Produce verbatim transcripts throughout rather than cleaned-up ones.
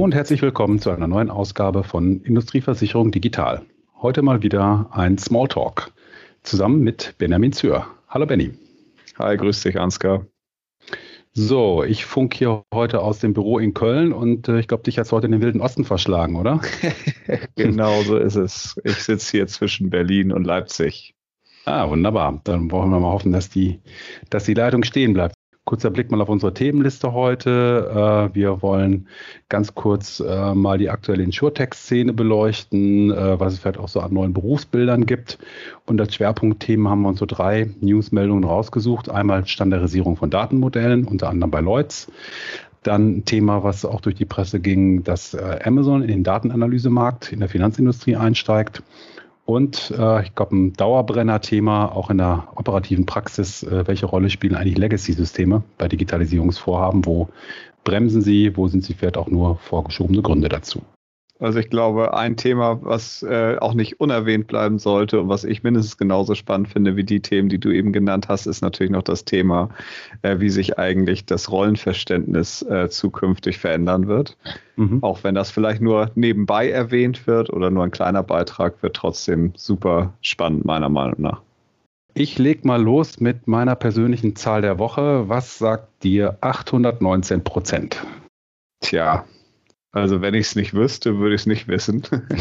und herzlich willkommen zu einer neuen Ausgabe von Industrieversicherung Digital. Heute mal wieder ein Smalltalk zusammen mit Benjamin Zür. Hallo Benny. Hi, grüß dich Ansgar. So, ich funk hier heute aus dem Büro in Köln und äh, ich glaube, dich hat es heute in den Wilden Osten verschlagen, oder? Genau so ist es. Ich sitze hier zwischen Berlin und Leipzig. Ah, wunderbar. Dann wollen wir mal hoffen, dass die, dass die Leitung stehen bleibt. Kurzer Blick mal auf unsere Themenliste heute. Äh, wir wollen ganz kurz äh, mal die aktuelle Insurtech-Szene beleuchten, äh, was es vielleicht auch so an neuen Berufsbildern gibt. Und als Schwerpunktthemen haben wir uns so drei Newsmeldungen rausgesucht. Einmal Standardisierung von Datenmodellen, unter anderem bei Lloyds. Dann ein Thema, was auch durch die Presse ging, dass äh, Amazon in den Datenanalysemarkt in der Finanzindustrie einsteigt. Und äh, ich glaube, ein Dauerbrenner-Thema auch in der operativen Praxis, äh, welche Rolle spielen eigentlich Legacy-Systeme bei Digitalisierungsvorhaben? Wo bremsen sie? Wo sind sie vielleicht auch nur vorgeschobene Gründe dazu? Also ich glaube, ein Thema, was äh, auch nicht unerwähnt bleiben sollte und was ich mindestens genauso spannend finde wie die Themen, die du eben genannt hast, ist natürlich noch das Thema, äh, wie sich eigentlich das Rollenverständnis äh, zukünftig verändern wird. Mhm. Auch wenn das vielleicht nur nebenbei erwähnt wird oder nur ein kleiner Beitrag, wird trotzdem super spannend, meiner Meinung nach. Ich leg mal los mit meiner persönlichen Zahl der Woche. Was sagt dir achthundertneunzehn Prozent? Tja. Also wenn ich es nicht wüsste, würde ich es nicht wissen.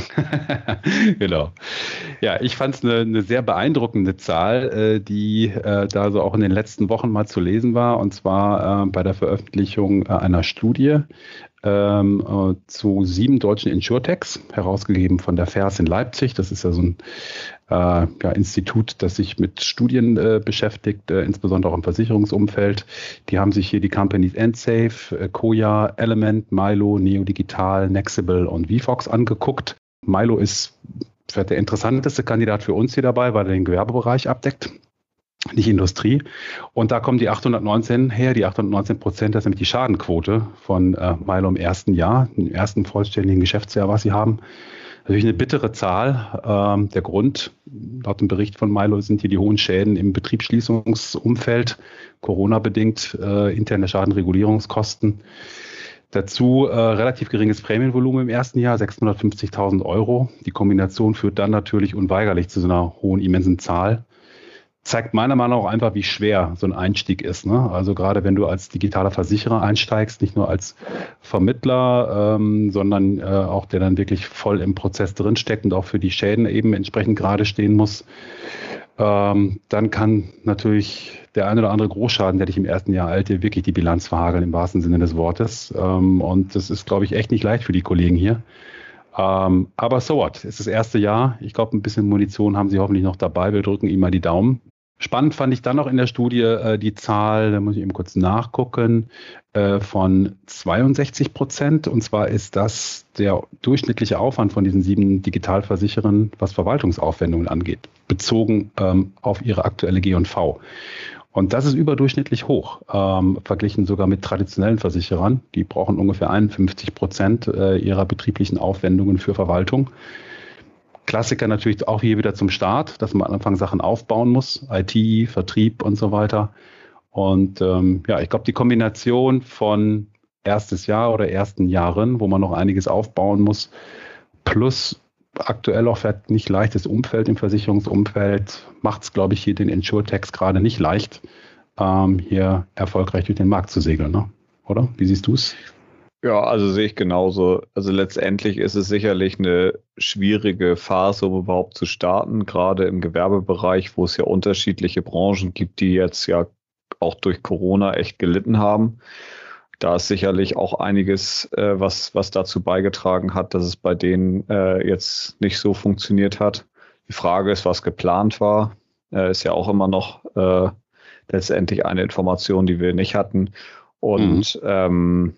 Genau. Ja, ich fand es eine, eine sehr beeindruckende Zahl, äh, die äh, da so auch in den letzten Wochen mal zu lesen war. Und zwar äh, bei der Veröffentlichung äh, einer Studie ähm, äh, zu sieben deutschen Insurtechs, herausgegeben von der F E R S in Leipzig. Das ist ja so ein äh, ja, Institut, das sich mit Studien äh, beschäftigt, äh, insbesondere auch im Versicherungsumfeld. Die haben sich hier die Companies Ensafe, äh, Koya, Element, Milo, Neodigital, Nexible und VFox angeguckt. Milo ist vielleicht der interessanteste Kandidat für uns hier dabei, weil er den Gewerbebereich abdeckt, nicht Industrie. Und da kommen die achthundertneunzehn her, die achthundertneunzehn Prozent, das ist nämlich die Schadenquote von äh, Milo im ersten Jahr, im ersten vollständigen Geschäftsjahr, was sie haben. Natürlich eine bittere Zahl. Ähm, der Grund, laut dem Bericht von Milo, sind hier die hohen Schäden im Betriebsschließungsumfeld, Corona-bedingt, äh, interne Schadenregulierungskosten. Dazu äh, relativ geringes Prämienvolumen im ersten Jahr, sechshundertfünfzigtausend Euro. Die Kombination führt dann natürlich unweigerlich zu so einer hohen, immensen Zahl. Zeigt meiner Meinung nach auch einfach, wie schwer so ein Einstieg ist. Ne? Also gerade wenn du als digitaler Versicherer einsteigst, nicht nur als Vermittler, ähm, sondern äh, auch der dann wirklich voll im Prozess drinsteckt und auch für die Schäden eben entsprechend gerade stehen muss, ähm, dann kann natürlich der ein oder andere Großschaden, der dich im ersten Jahr eilt, dir wirklich die Bilanz verhageln im wahrsten Sinne des Wortes. Ähm, und das ist, glaube ich, echt nicht leicht für die Kollegen hier. Ähm, aber so what, es ist das erste Jahr. Ich glaube, ein bisschen Munition haben sie hoffentlich noch dabei. Wir drücken ihnen mal die Daumen. Spannend fand ich dann noch in der Studie äh, die Zahl, da muss ich eben kurz nachgucken, äh, von zweiundsechzig Prozent. Und zwar ist das der durchschnittliche Aufwand von diesen sieben Digitalversicherern, was Verwaltungsaufwendungen angeht, bezogen ähm, auf ihre aktuelle G und V. Und das ist überdurchschnittlich hoch, ähm, verglichen sogar mit traditionellen Versicherern. Die brauchen ungefähr einundfünfzig Prozent äh, ihrer betrieblichen Aufwendungen für Verwaltung. Klassiker natürlich auch hier wieder zum Start, dass man am Anfang Sachen aufbauen muss, I T, Vertrieb und so weiter. Und ähm, ja, ich glaube, die Kombination von erstes Jahr oder ersten Jahren, wo man noch einiges aufbauen muss, plus aktuell auch vielleicht nicht leichtes Umfeld im Versicherungsumfeld, macht es, glaube ich, hier den Insurtechs gerade nicht leicht, ähm, hier erfolgreich durch den Markt zu segeln, ne? Oder? Wie siehst du es? Ja, also sehe ich genauso. Also letztendlich ist es sicherlich eine schwierige Phase, um überhaupt zu starten, gerade im Gewerbebereich, wo es ja unterschiedliche Branchen gibt, die jetzt ja auch durch Corona echt gelitten haben. Da ist sicherlich auch einiges, äh, was, was dazu beigetragen hat, dass es bei denen äh, jetzt nicht so funktioniert hat. Die Frage ist, was geplant war, äh, ist ja auch immer noch äh, letztendlich eine Information, die wir nicht hatten. Und mhm. ähm,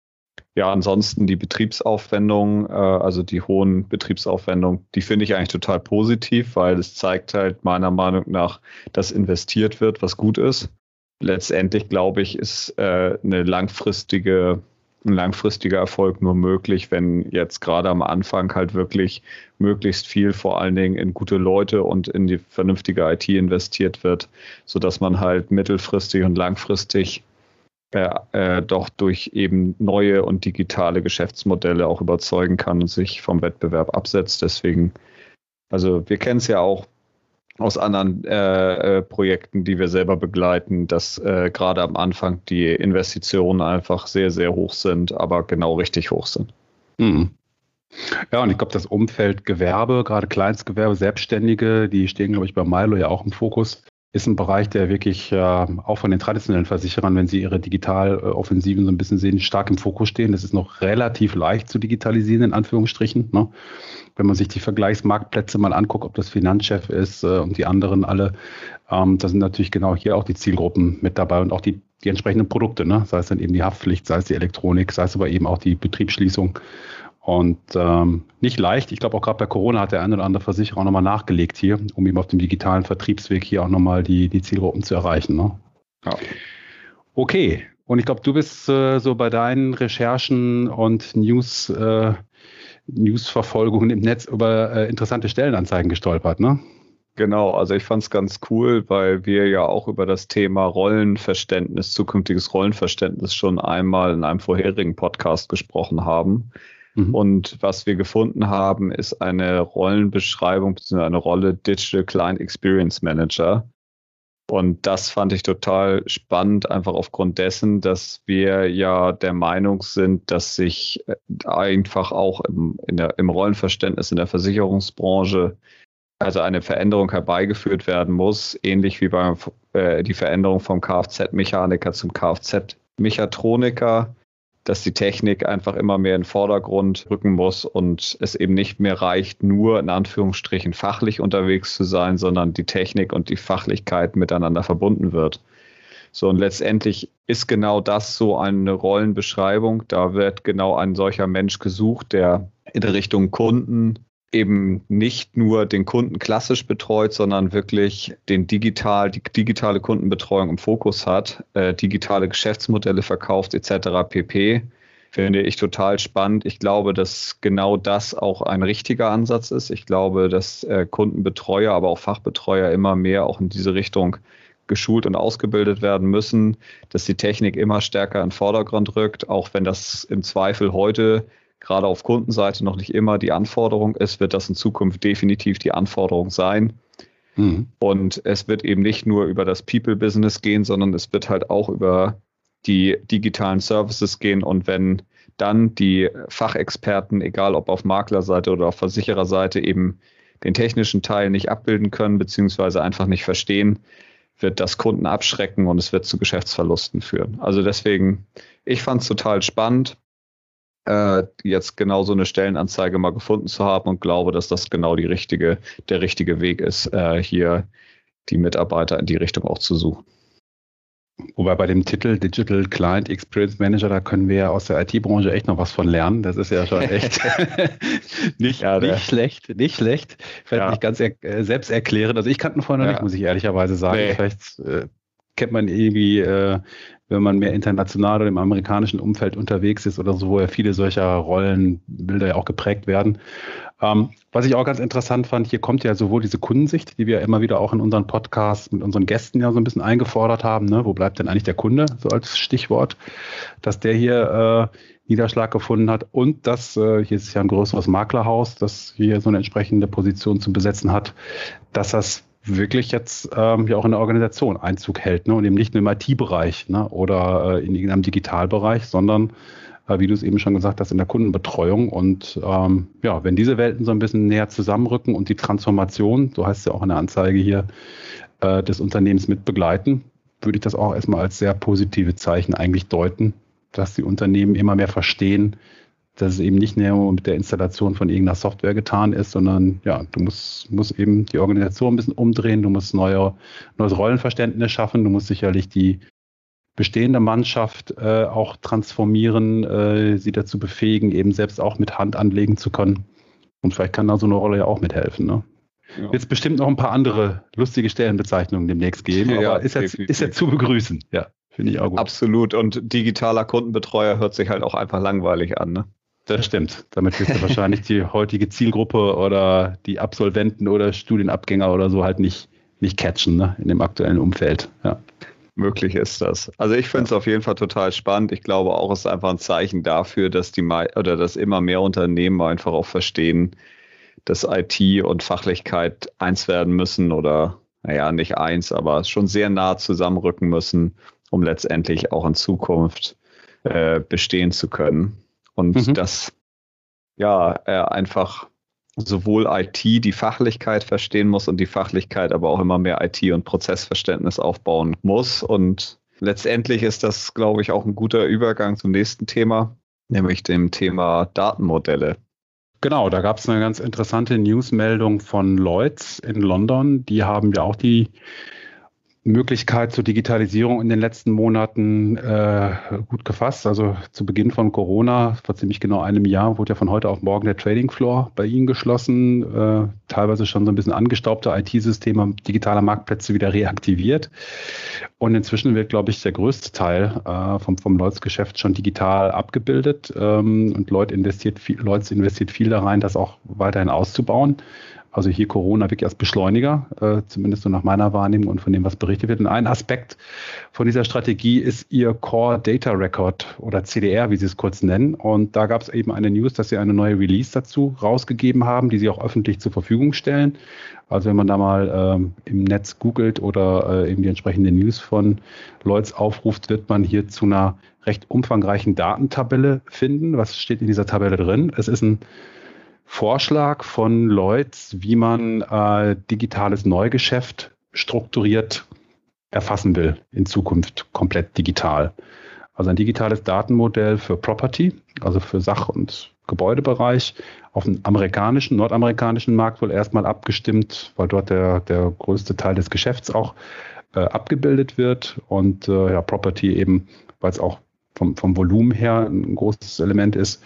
Ja, ansonsten die Betriebsaufwendungen, äh, also die hohen Betriebsaufwendungen, die finde ich eigentlich total positiv, weil es zeigt halt meiner Meinung nach, dass investiert wird, was gut ist. Letztendlich, glaube ich, ist äh, eine langfristige, ein langfristiger Erfolg nur möglich, wenn jetzt gerade am Anfang halt wirklich möglichst viel vor allen Dingen in gute Leute und in die vernünftige I T investiert wird, sodass man halt mittelfristig und langfristig äh, äh, doch durch eben neue und digitale Geschäftsmodelle auch überzeugen kann und sich vom Wettbewerb absetzt. Deswegen, also wir kennen es ja auch aus anderen äh, äh, Projekten, die wir selber begleiten, dass äh, gerade am Anfang die Investitionen einfach sehr, sehr hoch sind, aber genau richtig hoch sind. Mhm. Ja, und ich glaube, das Umfeld Gewerbe, gerade Kleinstgewerbe, Selbstständige, die stehen, glaube ich, bei Milo ja auch im Fokus, ist ein Bereich, der wirklich äh, auch von den traditionellen Versicherern, wenn sie ihre Digitaloffensiven so ein bisschen sehen, stark im Fokus stehen. Das ist noch relativ leicht zu digitalisieren, in Anführungsstrichen, ne? Wenn man sich die Vergleichsmarktplätze mal anguckt, ob das Finanzchef ist äh, und die anderen alle, ähm, da sind natürlich genau hier auch die Zielgruppen mit dabei und auch die, die entsprechenden Produkte, ne? Sei es dann eben die Haftpflicht, sei es die Elektronik, sei es aber eben auch die Betriebsschließung. Und ähm, nicht leicht. Ich glaube, auch gerade bei Corona hat der eine oder andere Versicherer auch nochmal nachgelegt hier, um eben auf dem digitalen Vertriebsweg hier auch nochmal die, die Zielgruppen zu erreichen. Ne? Ja. Okay. Und ich glaube, du bist äh, so bei deinen Recherchen und News, äh, Newsverfolgungen im Netz über äh, interessante Stellenanzeigen gestolpert, ne? Genau, also ich fand es ganz cool, weil wir ja auch über das Thema Rollenverständnis, zukünftiges Rollenverständnis schon einmal in einem vorherigen Podcast gesprochen haben. Mhm. Und was wir gefunden haben, ist eine Rollenbeschreibung bzw. eine Rolle Digital Client Experience Manager. Und das fand ich total spannend, einfach aufgrund dessen, dass wir ja der Meinung sind, dass sich einfach auch im, in der, im Rollenverständnis in der Versicherungsbranche also eine Veränderung herbeigeführt werden muss, ähnlich wie bei äh, die Veränderung vom Kfz-Mechaniker zum Kfz-Mechatroniker, dass die Technik einfach immer mehr in den Vordergrund rücken muss und es eben nicht mehr reicht, nur in Anführungsstrichen fachlich unterwegs zu sein, sondern die Technik und die Fachlichkeit miteinander verbunden wird. So, und letztendlich ist genau das so eine Rollenbeschreibung. Da wird genau ein solcher Mensch gesucht, der in Richtung Kunden eben nicht nur den Kunden klassisch betreut, sondern wirklich den digital, die digitale Kundenbetreuung im Fokus hat, äh, digitale Geschäftsmodelle verkauft et cetera pp. Finde ich total spannend. Ich glaube, dass genau das auch ein richtiger Ansatz ist. Ich glaube, dass äh, Kundenbetreuer, aber auch Fachbetreuer immer mehr auch in diese Richtung geschult und ausgebildet werden müssen, dass die Technik immer stärker in den Vordergrund rückt, auch wenn das im Zweifel heute gerade auf Kundenseite noch nicht immer die Anforderung ist, wird das in Zukunft definitiv die Anforderung sein. Mhm. Und es wird eben nicht nur über das People-Business gehen, sondern es wird halt auch über die digitalen Services gehen. Und wenn dann die Fachexperten, egal ob auf Maklerseite oder auf Versichererseite, eben den technischen Teil nicht abbilden können, beziehungsweise einfach nicht verstehen, wird das Kunden abschrecken und es wird zu Geschäftsverlusten führen. Also deswegen, ich fand es total spannend, Äh, jetzt genau so eine Stellenanzeige mal gefunden zu haben und glaube, dass das genau die richtige, der richtige Weg ist, äh, hier die Mitarbeiter in die Richtung auch zu suchen. Wobei bei dem Titel Digital Client Experience Manager, da können wir ja aus der I T-Branche echt noch was von lernen. Das ist ja schon echt nicht, ja, nicht schlecht, nicht schlecht. Vielleicht ja. nicht ganz er, äh, selbst erklären. Also ich kannte ihn vorher noch ja. nicht, muss ich ehrlicherweise sagen. Nee. Vielleicht äh, kennt man irgendwie, äh, wenn man mehr international oder im amerikanischen Umfeld unterwegs ist oder so, wo ja viele solcher Rollenbilder ja auch geprägt werden. Ähm, was ich auch ganz interessant fand, hier kommt ja sowohl diese Kundensicht, die wir immer wieder auch in unseren Podcasts mit unseren Gästen ja so ein bisschen eingefordert haben, ne? Wo bleibt denn eigentlich der Kunde, so als Stichwort, dass der hier äh, Niederschlag gefunden hat und dass, äh, hier ist es ja ein größeres Maklerhaus, das hier so eine entsprechende Position zu besetzen hat, dass das wirklich jetzt ähm, ja auch in der Organisation Einzug hält, ne? Und eben nicht nur im I T-Bereich, ne? Oder äh, in irgendeinem Digitalbereich, sondern äh, wie du es eben schon gesagt hast, in der Kundenbetreuung. Und ähm, ja, wenn diese Welten so ein bisschen näher zusammenrücken und die Transformation, so heißt es ja auch in der Anzeige hier, äh, des Unternehmens mit begleiten, würde ich das auch erstmal als sehr positive Zeichen eigentlich deuten, dass die Unternehmen immer mehr verstehen, dass es eben nicht nur mit der Installation von irgendeiner Software getan ist, sondern ja, du musst, musst eben die Organisation ein bisschen umdrehen, du musst neue, neues Rollenverständnis schaffen, du musst sicherlich die bestehende Mannschaft äh, auch transformieren, äh, sie dazu befähigen, eben selbst auch mit Hand anlegen zu können. Und vielleicht kann da so eine Rolle ja auch mithelfen, ne? Ja. Jetzt bestimmt noch ein paar andere lustige Stellenbezeichnungen demnächst geben, aber ja, ist, jetzt, ist ja zu begrüßen, ja. Finde ich auch gut. Absolut. Und digitaler Kundenbetreuer hört sich halt auch einfach langweilig an, ne? Das stimmt. Damit wirst du wahrscheinlich die heutige Zielgruppe oder die Absolventen oder Studienabgänger oder so halt nicht, nicht catchen, ne? In dem aktuellen Umfeld. Ja. Möglich ist das. Also ich finde es ja. auf jeden Fall total spannend. Ich glaube auch, es ist einfach ein Zeichen dafür, dass die oder dass immer mehr Unternehmen einfach auch verstehen, dass I T und Fachlichkeit eins werden müssen oder, naja, nicht eins, aber schon sehr nah zusammenrücken müssen, um letztendlich auch in Zukunft äh, bestehen zu können. Und mhm. dass ja äh, einfach sowohl I T die Fachlichkeit verstehen muss und die Fachlichkeit aber auch immer mehr I T und Prozessverständnis aufbauen muss. Und letztendlich ist das, glaube ich, auch ein guter Übergang zum nächsten Thema, nämlich dem Thema Datenmodelle. Genau, da gab es eine ganz interessante Newsmeldung von Lloyds in London. Die haben ja auch die Möglichkeit zur Digitalisierung in den letzten Monaten äh, gut gefasst. Also zu Beginn von Corona, vor ziemlich genau einem Jahr, wurde ja von heute auf morgen der Trading Floor bei Ihnen geschlossen. Äh, teilweise schon so ein bisschen angestaubte I T-Systeme digitaler Marktplätze wieder reaktiviert. Und inzwischen wird, glaube ich, der größte Teil äh, vom, vom Lloyds-Geschäft schon digital abgebildet. Ähm, und Lloyd investiert viel, Lloyds investiert viel da rein, das auch weiterhin auszubauen. Also hier Corona wirklich als Beschleuniger, äh, zumindest so nach meiner Wahrnehmung und von dem, was berichtet wird. Und ein Aspekt von dieser Strategie ist ihr Core Data Record oder C D R, wie sie es kurz nennen. Und da gab es eben eine News, dass sie eine neue Release dazu rausgegeben haben, die sie auch öffentlich zur Verfügung stellen. Also wenn man da mal ähm, im Netz googelt oder äh, eben die entsprechende News von Lloyds aufruft, wird man hier zu einer recht umfangreichen Datentabelle finden. Was steht in dieser Tabelle drin? Es ist ein Vorschlag von Lloyds, wie man äh, digitales Neugeschäft strukturiert erfassen will, in Zukunft komplett digital. Also ein digitales Datenmodell für Property, also für Sach- und Gebäudebereich, auf den amerikanischen, nordamerikanischen Markt wohl erstmal abgestimmt, weil dort der, der größte Teil des Geschäfts auch äh, abgebildet wird und äh, ja, Property eben, weil es auch vom, vom Volumen her ein großes Element ist.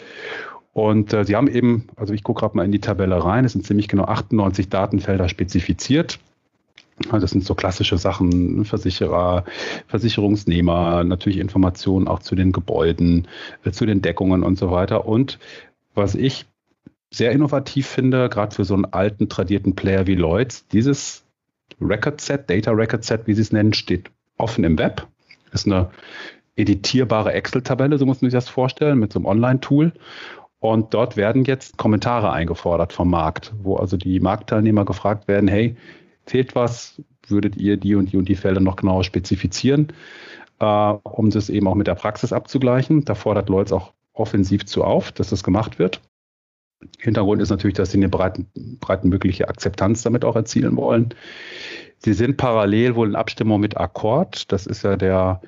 Und äh, sie haben eben, also ich gucke gerade mal in die Tabelle rein, es sind ziemlich genau achtundneunzig Datenfelder spezifiziert. Also das sind so klassische Sachen, Versicherer, Versicherungsnehmer, natürlich Informationen auch zu den Gebäuden, äh, zu den Deckungen und so weiter. Und was ich sehr innovativ finde, gerade für so einen alten, tradierten Player wie Lloyds, dieses Record Set, Data Record Set, wie sie es nennen, steht offen im Web. Ist eine editierbare Excel-Tabelle, so muss man sich das vorstellen, mit so einem Online-Tool. Und dort werden jetzt Kommentare eingefordert vom Markt, wo also die Marktteilnehmer gefragt werden, hey, fehlt was, würdet ihr die und die und die Felder noch genauer spezifizieren, äh, um das eben auch mit der Praxis abzugleichen. Da fordert Lloyds auch offensiv zu auf, dass das gemacht wird. Hintergrund ist natürlich, dass sie eine breiten, breitenmögliche Akzeptanz damit auch erzielen wollen. Sie sind parallel wohl in Abstimmung mit Accord, das ist ja der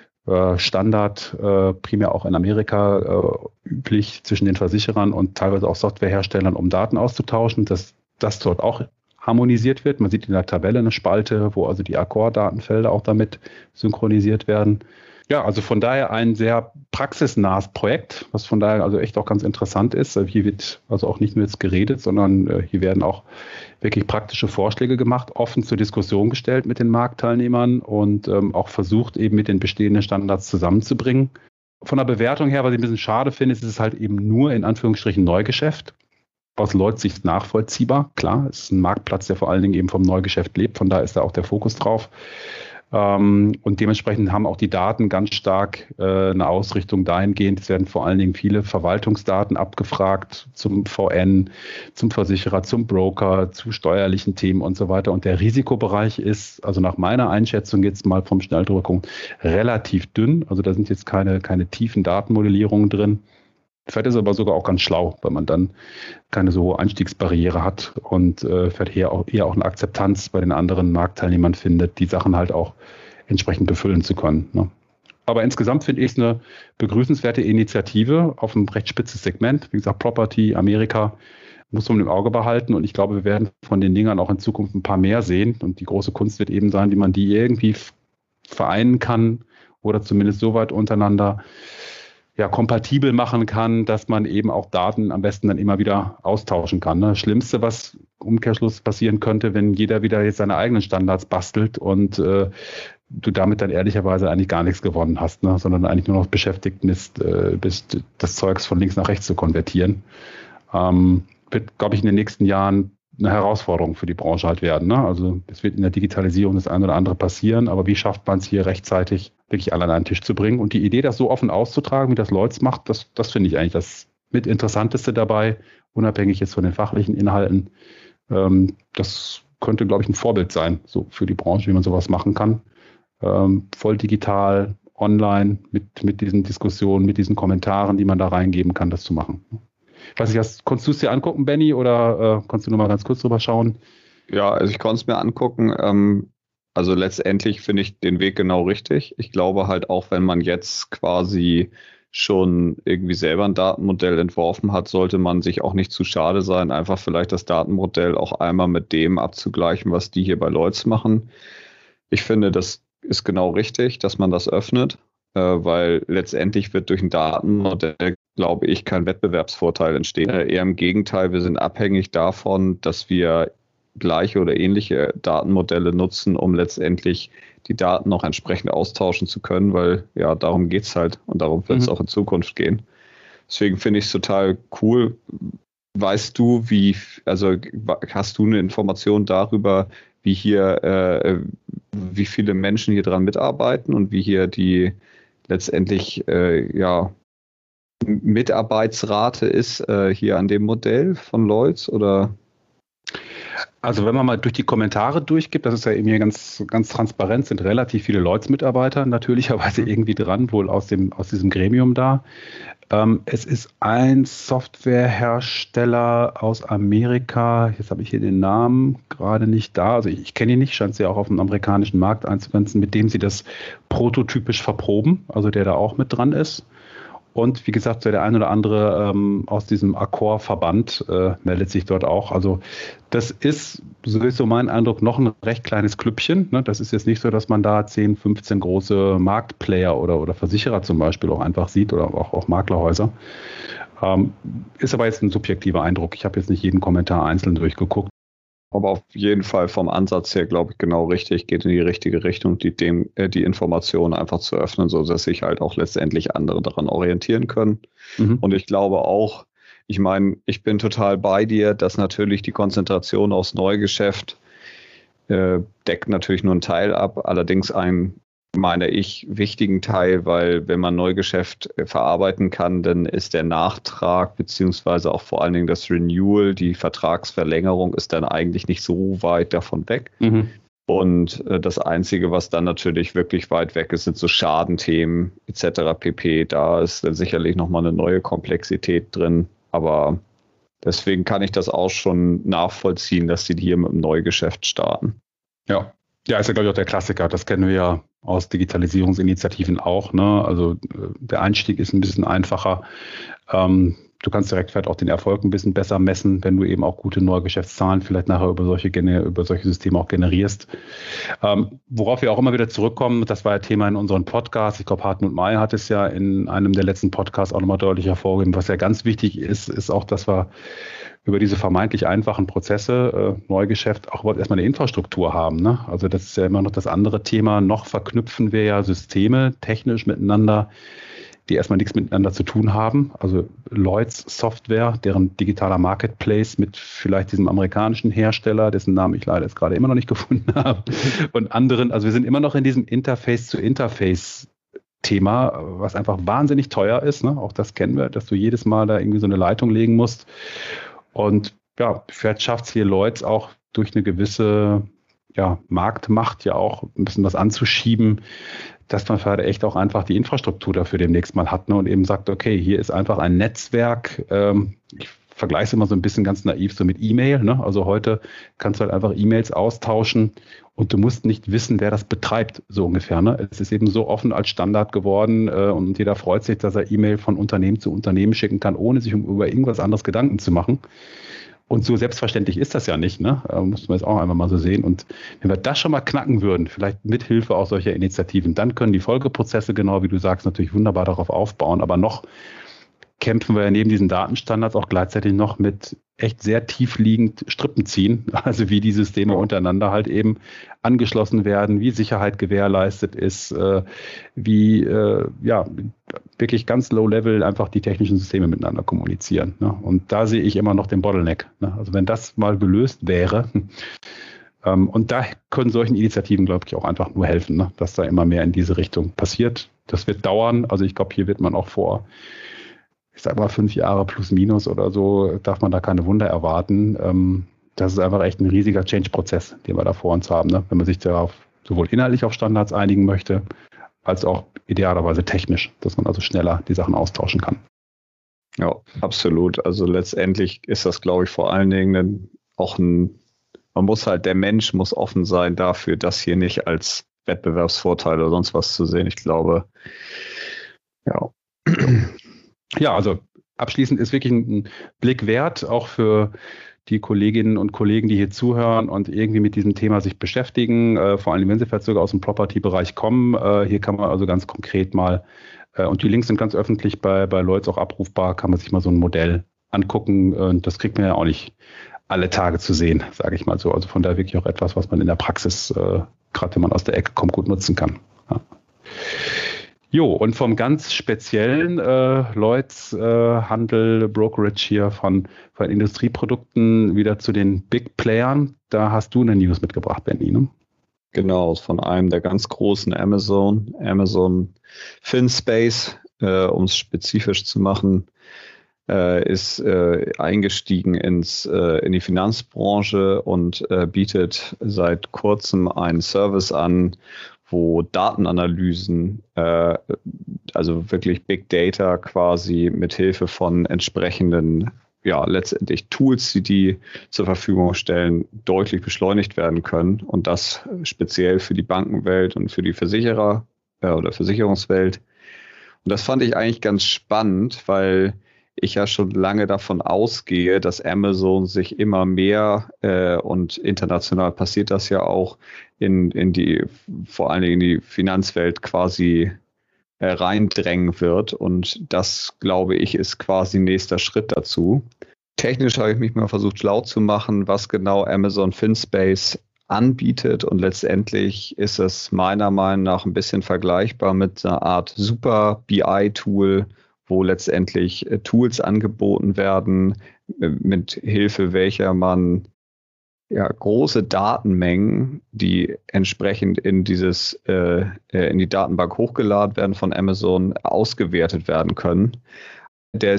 Standard, äh, primär auch in Amerika äh, üblich zwischen den Versicherern und teilweise auch Softwareherstellern, um Daten auszutauschen, dass das dort auch harmonisiert wird. Man sieht in der Tabelle eine Spalte, wo also die Accord-Datenfelder auch damit synchronisiert werden. Ja, also von daher ein sehr praxisnahes Projekt, was von daher also echt auch ganz interessant ist. Hier wird also auch nicht nur jetzt geredet, sondern äh, hier werden auch wirklich praktische Vorschläge gemacht, offen zur Diskussion gestellt mit den Marktteilnehmern und ähm, auch versucht eben mit den bestehenden Standards zusammenzubringen. Von der Bewertung her, was ich ein bisschen schade finde, ist es halt eben nur in Anführungsstrichen Neugeschäft. Aus Lloyds Sicht nachvollziehbar, klar, es ist ein Marktplatz, der vor allen Dingen eben vom Neugeschäft lebt, von daher ist da auch der Fokus drauf. Ähm, und dementsprechend haben auch die Daten ganz stark äh, eine Ausrichtung dahingehend. Es werden vor allen Dingen viele Verwaltungsdaten abgefragt zum V N, zum Versicherer, zum Broker, zu steuerlichen Themen und so weiter. Und der Risikobereich ist, also nach meiner Einschätzung jetzt mal vom Schnelldruckung, relativ dünn. Also da sind jetzt keine, keine tiefen Datenmodellierungen drin. Vielleicht ist es aber sogar auch ganz schlau, weil man dann keine so hohe Einstiegsbarriere hat und äh, vielleicht eher auch, eher auch eine Akzeptanz bei den anderen Marktteilnehmern findet, die Sachen halt auch entsprechend befüllen zu können. Ne? Aber insgesamt finde ich es eine begrüßenswerte Initiative auf ein recht spitzes Segment. Wie gesagt, Property, Amerika muss man im Auge behalten und ich glaube, wir werden von den Dingern auch in Zukunft ein paar mehr sehen und die große Kunst wird eben sein, wie man die irgendwie vereinen kann oder zumindest so weit untereinander ja, kompatibel machen kann, dass man eben auch Daten am besten dann immer wieder austauschen kann. Ne? Das Schlimmste, was Umkehrschluss passieren könnte, wenn jeder wieder jetzt seine eigenen Standards bastelt und äh, du damit dann ehrlicherweise eigentlich gar nichts gewonnen hast, ne? sondern eigentlich nur noch beschäftigt bist, äh, bist, das Zeugs von links nach rechts zu konvertieren. Ähm, wird, glaube ich, in den nächsten Jahren eine Herausforderung für die Branche halt werden. Ne? Also es wird in der Digitalisierung das eine oder andere passieren, aber wie schafft man es hier rechtzeitig wirklich alle an einen Tisch zu bringen? Und die Idee, das so offen auszutragen, wie das Lloyds macht, das, das finde ich eigentlich das mit Interessanteste dabei, unabhängig jetzt von den fachlichen Inhalten. Ähm, das könnte, glaube ich, ein Vorbild sein, so für die Branche, wie man sowas machen kann. Ähm, voll digital, online, mit, mit diesen Diskussionen, mit diesen Kommentaren, die man da reingeben kann, das zu machen. Ich weiß nicht, hast, konntest du es dir angucken, Benny, oder äh, kannst du nur mal ganz kurz drüber schauen? Ja, also ich konnte es mir angucken. Ähm, also letztendlich finde ich den Weg genau richtig. Ich glaube halt auch, wenn man jetzt quasi schon irgendwie selber ein Datenmodell entworfen hat, sollte man sich auch nicht zu schade sein, einfach vielleicht das Datenmodell auch einmal mit dem abzugleichen, was die hier bei Lloyds machen. Ich finde, das ist genau richtig, dass man das öffnet, äh, weil letztendlich wird durch ein Datenmodell, glaube ich, kein Wettbewerbsvorteil entstehen. Äh, eher im Gegenteil, wir sind abhängig davon, dass wir gleiche oder ähnliche Datenmodelle nutzen, um letztendlich die Daten auch entsprechend austauschen zu können, weil ja, darum geht's halt und darum wird es mhm. auch in Zukunft gehen. Deswegen finde ich es total cool. Weißt du, wie, also hast du eine Information darüber, wie hier, äh, wie viele Menschen hier dran mitarbeiten und wie hier die letztendlich, äh, ja, Mitarbeitsrate ist äh, hier an dem Modell von Lloyds, oder? Also wenn man mal durch die Kommentare durchgibt, das ist ja eben hier ganz, ganz transparent, sind relativ viele Lloyds-Mitarbeiter natürlicherweise irgendwie dran, wohl aus dem, aus diesem Gremium da. Ähm, es ist ein Softwarehersteller aus Amerika, jetzt habe ich hier den Namen gerade nicht da, also ich, ich kenne ihn nicht, scheint sie auch auf dem amerikanischen Markt einzugrenzen, mit dem sie das prototypisch verproben, also der da auch mit dran ist. Und wie gesagt, der ein oder andere ähm, aus diesem Accor-Verband äh, meldet sich dort auch. Also das ist, so ist so mein Eindruck, noch ein recht kleines Klüppchen. Ne? Das ist jetzt nicht so, dass man da zehn, fünfzehn große Marktplayer oder, oder Versicherer zum Beispiel auch einfach sieht oder auch, auch Maklerhäuser. Ähm, ist aber jetzt ein subjektiver Eindruck. Ich habe jetzt nicht jeden Kommentar einzeln durchgeguckt. Aber auf jeden Fall vom Ansatz her, glaube ich, genau richtig, geht in die richtige Richtung, die, dem, äh, die Informationen einfach zu öffnen, so dass sich halt auch letztendlich andere daran orientieren können. Mhm. Und ich glaube auch, ich meine, ich bin total bei dir, dass natürlich die Konzentration aufs Neugeschäft äh, deckt natürlich nur einen Teil ab, allerdings einen, meine ich, wichtigen Teil, weil wenn man Neugeschäft verarbeiten kann, dann ist der Nachtrag beziehungsweise auch vor allen Dingen das Renewal, die Vertragsverlängerung ist dann eigentlich nicht so weit davon weg. Mhm. Und äh, das Einzige, was dann natürlich wirklich weit weg ist, sind so Schadenthemen et cetera pp. Da ist dann sicherlich nochmal eine neue Komplexität drin, aber deswegen kann ich das auch schon nachvollziehen, dass die hier mit dem Neugeschäft starten. Ja. Ja, ist ja, glaube ich, auch der Klassiker. Das kennen wir ja aus Digitalisierungsinitiativen auch. Ne? Also der Einstieg ist ein bisschen einfacher. Ähm, du kannst direkt vielleicht auch den Erfolg ein bisschen besser messen, wenn du eben auch gute Neugeschäftszahlen vielleicht nachher über solche, über solche Systeme auch generierst. Ähm, worauf wir auch immer wieder zurückkommen, das war ja Thema in unserem Podcast. Ich glaube, Hartmut May hat es ja in einem der letzten Podcasts auch nochmal deutlich hervorgehoben. Was ja ganz wichtig ist, ist auch, dass wir über diese vermeintlich einfachen Prozesse, äh, Neugeschäft, auch überhaupt erstmal eine Infrastruktur haben. Ne? Also das ist ja immer noch das andere Thema. Noch verknüpfen wir ja Systeme technisch miteinander, die erstmal nichts miteinander zu tun haben. Also Lloyds Software, deren digitaler Marketplace mit vielleicht diesem amerikanischen Hersteller, dessen Namen ich leider jetzt gerade immer noch nicht gefunden habe, und anderen. Also wir sind immer noch in diesem Interface-zu-Interface-Thema, was einfach wahnsinnig teuer ist. Ne? Auch das kennen wir, dass du jedes Mal da irgendwie so eine Leitung legen musst. Und ja, vielleicht schafft es hier Lloyds auch durch eine gewisse ja, Marktmacht ja auch ein bisschen was anzuschieben, dass man vielleicht echt auch einfach die Infrastruktur dafür demnächst mal hat, ne, und eben sagt, okay, hier ist einfach ein Netzwerk. Ähm, ich vergleiche es immer so ein bisschen ganz naiv so mit E-Mail. Ne? Also heute kannst du halt einfach E-Mails austauschen und du musst nicht wissen, wer das betreibt, so ungefähr. Ne? Es ist eben so offen als Standard geworden äh, und jeder freut sich, dass er E-Mail von Unternehmen zu Unternehmen schicken kann, ohne sich um, über irgendwas anderes Gedanken zu machen. Und so selbstverständlich ist das ja nicht, ne? Äh, muss man jetzt auch einmal mal so sehen. Und wenn wir das schon mal knacken würden, vielleicht mit Hilfe auch solcher Initiativen, dann können die Folgeprozesse, genau wie du sagst, natürlich wunderbar darauf aufbauen. Aber noch kämpfen wir ja neben diesen Datenstandards auch gleichzeitig noch mit echt sehr tiefliegend Strippen ziehen, also wie die Systeme untereinander halt eben angeschlossen werden, wie Sicherheit gewährleistet ist, äh, wie äh, ja wirklich ganz low level einfach die technischen Systeme miteinander kommunizieren. Ne? Und da sehe ich immer noch den Bottleneck. Ne? Also wenn das mal gelöst wäre, ähm, und da können solchen Initiativen, glaube ich, auch einfach nur helfen, ne? Dass da immer mehr in diese Richtung passiert. Das wird dauern. Also ich glaube, hier wird man auch vor ich sag mal, fünf Jahre plus minus oder so, darf man da keine Wunder erwarten. Ähm, das ist einfach echt ein riesiger Change-Prozess, den wir da vor uns haben, ne? Wenn man sich darauf sowohl inhaltlich auf Standards einigen möchte, als auch idealerweise technisch, dass man also schneller die Sachen austauschen kann. Ja, absolut. Also letztendlich ist das, glaube ich, vor allen Dingen auch ein, man muss halt, der Mensch muss offen sein dafür, das hier nicht als Wettbewerbsvorteil oder sonst was zu sehen. Ich glaube, ja. Ja, also abschließend ist wirklich ein Blick wert, auch für die Kolleginnen und Kollegen, die hier zuhören und irgendwie mit diesem Thema sich beschäftigen, äh, vor allem wenn sie vielleicht sogar aus dem Property-Bereich kommen. Äh, hier kann man also ganz konkret mal, äh, und die Links sind ganz öffentlich bei, bei Lloyds auch abrufbar, kann man sich mal so ein Modell angucken. Und das kriegt man ja auch nicht alle Tage zu sehen, sage ich mal so. Also von daher wirklich auch etwas, was man in der Praxis, äh, gerade wenn man aus der Ecke kommt, gut nutzen kann. Ja. Jo, und vom ganz speziellen äh, Lloyds äh, Handel, Brokerage hier von, von Industrieprodukten wieder zu den Big Playern. Da hast du eine News mitgebracht, Benny, ne? Genau, von einem der ganz großen Amazon, Amazon FinSpace, äh, um es spezifisch zu machen, äh, ist äh, eingestiegen ins, äh, in die Finanzbranche und äh, bietet seit kurzem einen Service an, wo Datenanalysen, äh, also wirklich Big Data quasi mit Hilfe von entsprechenden, ja, letztendlich Tools, die die zur Verfügung stellen, deutlich beschleunigt werden können. Und das speziell für die Bankenwelt und für die Versicherer äh, oder Versicherungswelt. Und das fand ich eigentlich ganz spannend, weil ich ja schon lange davon ausgehe, dass Amazon sich immer mehr äh, und international passiert das ja auch in, in die, vor allen Dingen in die Finanzwelt quasi äh, reindrängen wird. Und das, glaube ich, ist quasi nächster Schritt dazu. Technisch habe ich mich mal versucht, schlau zu machen, was genau Amazon FinSpace anbietet. Und letztendlich ist es meiner Meinung nach ein bisschen vergleichbar mit einer Art Super B I-Tool, wo letztendlich äh, Tools angeboten werden, äh, mit Hilfe welcher man ja große Datenmengen, die entsprechend in dieses äh, in die Datenbank hochgeladen werden von Amazon, ausgewertet werden können. Der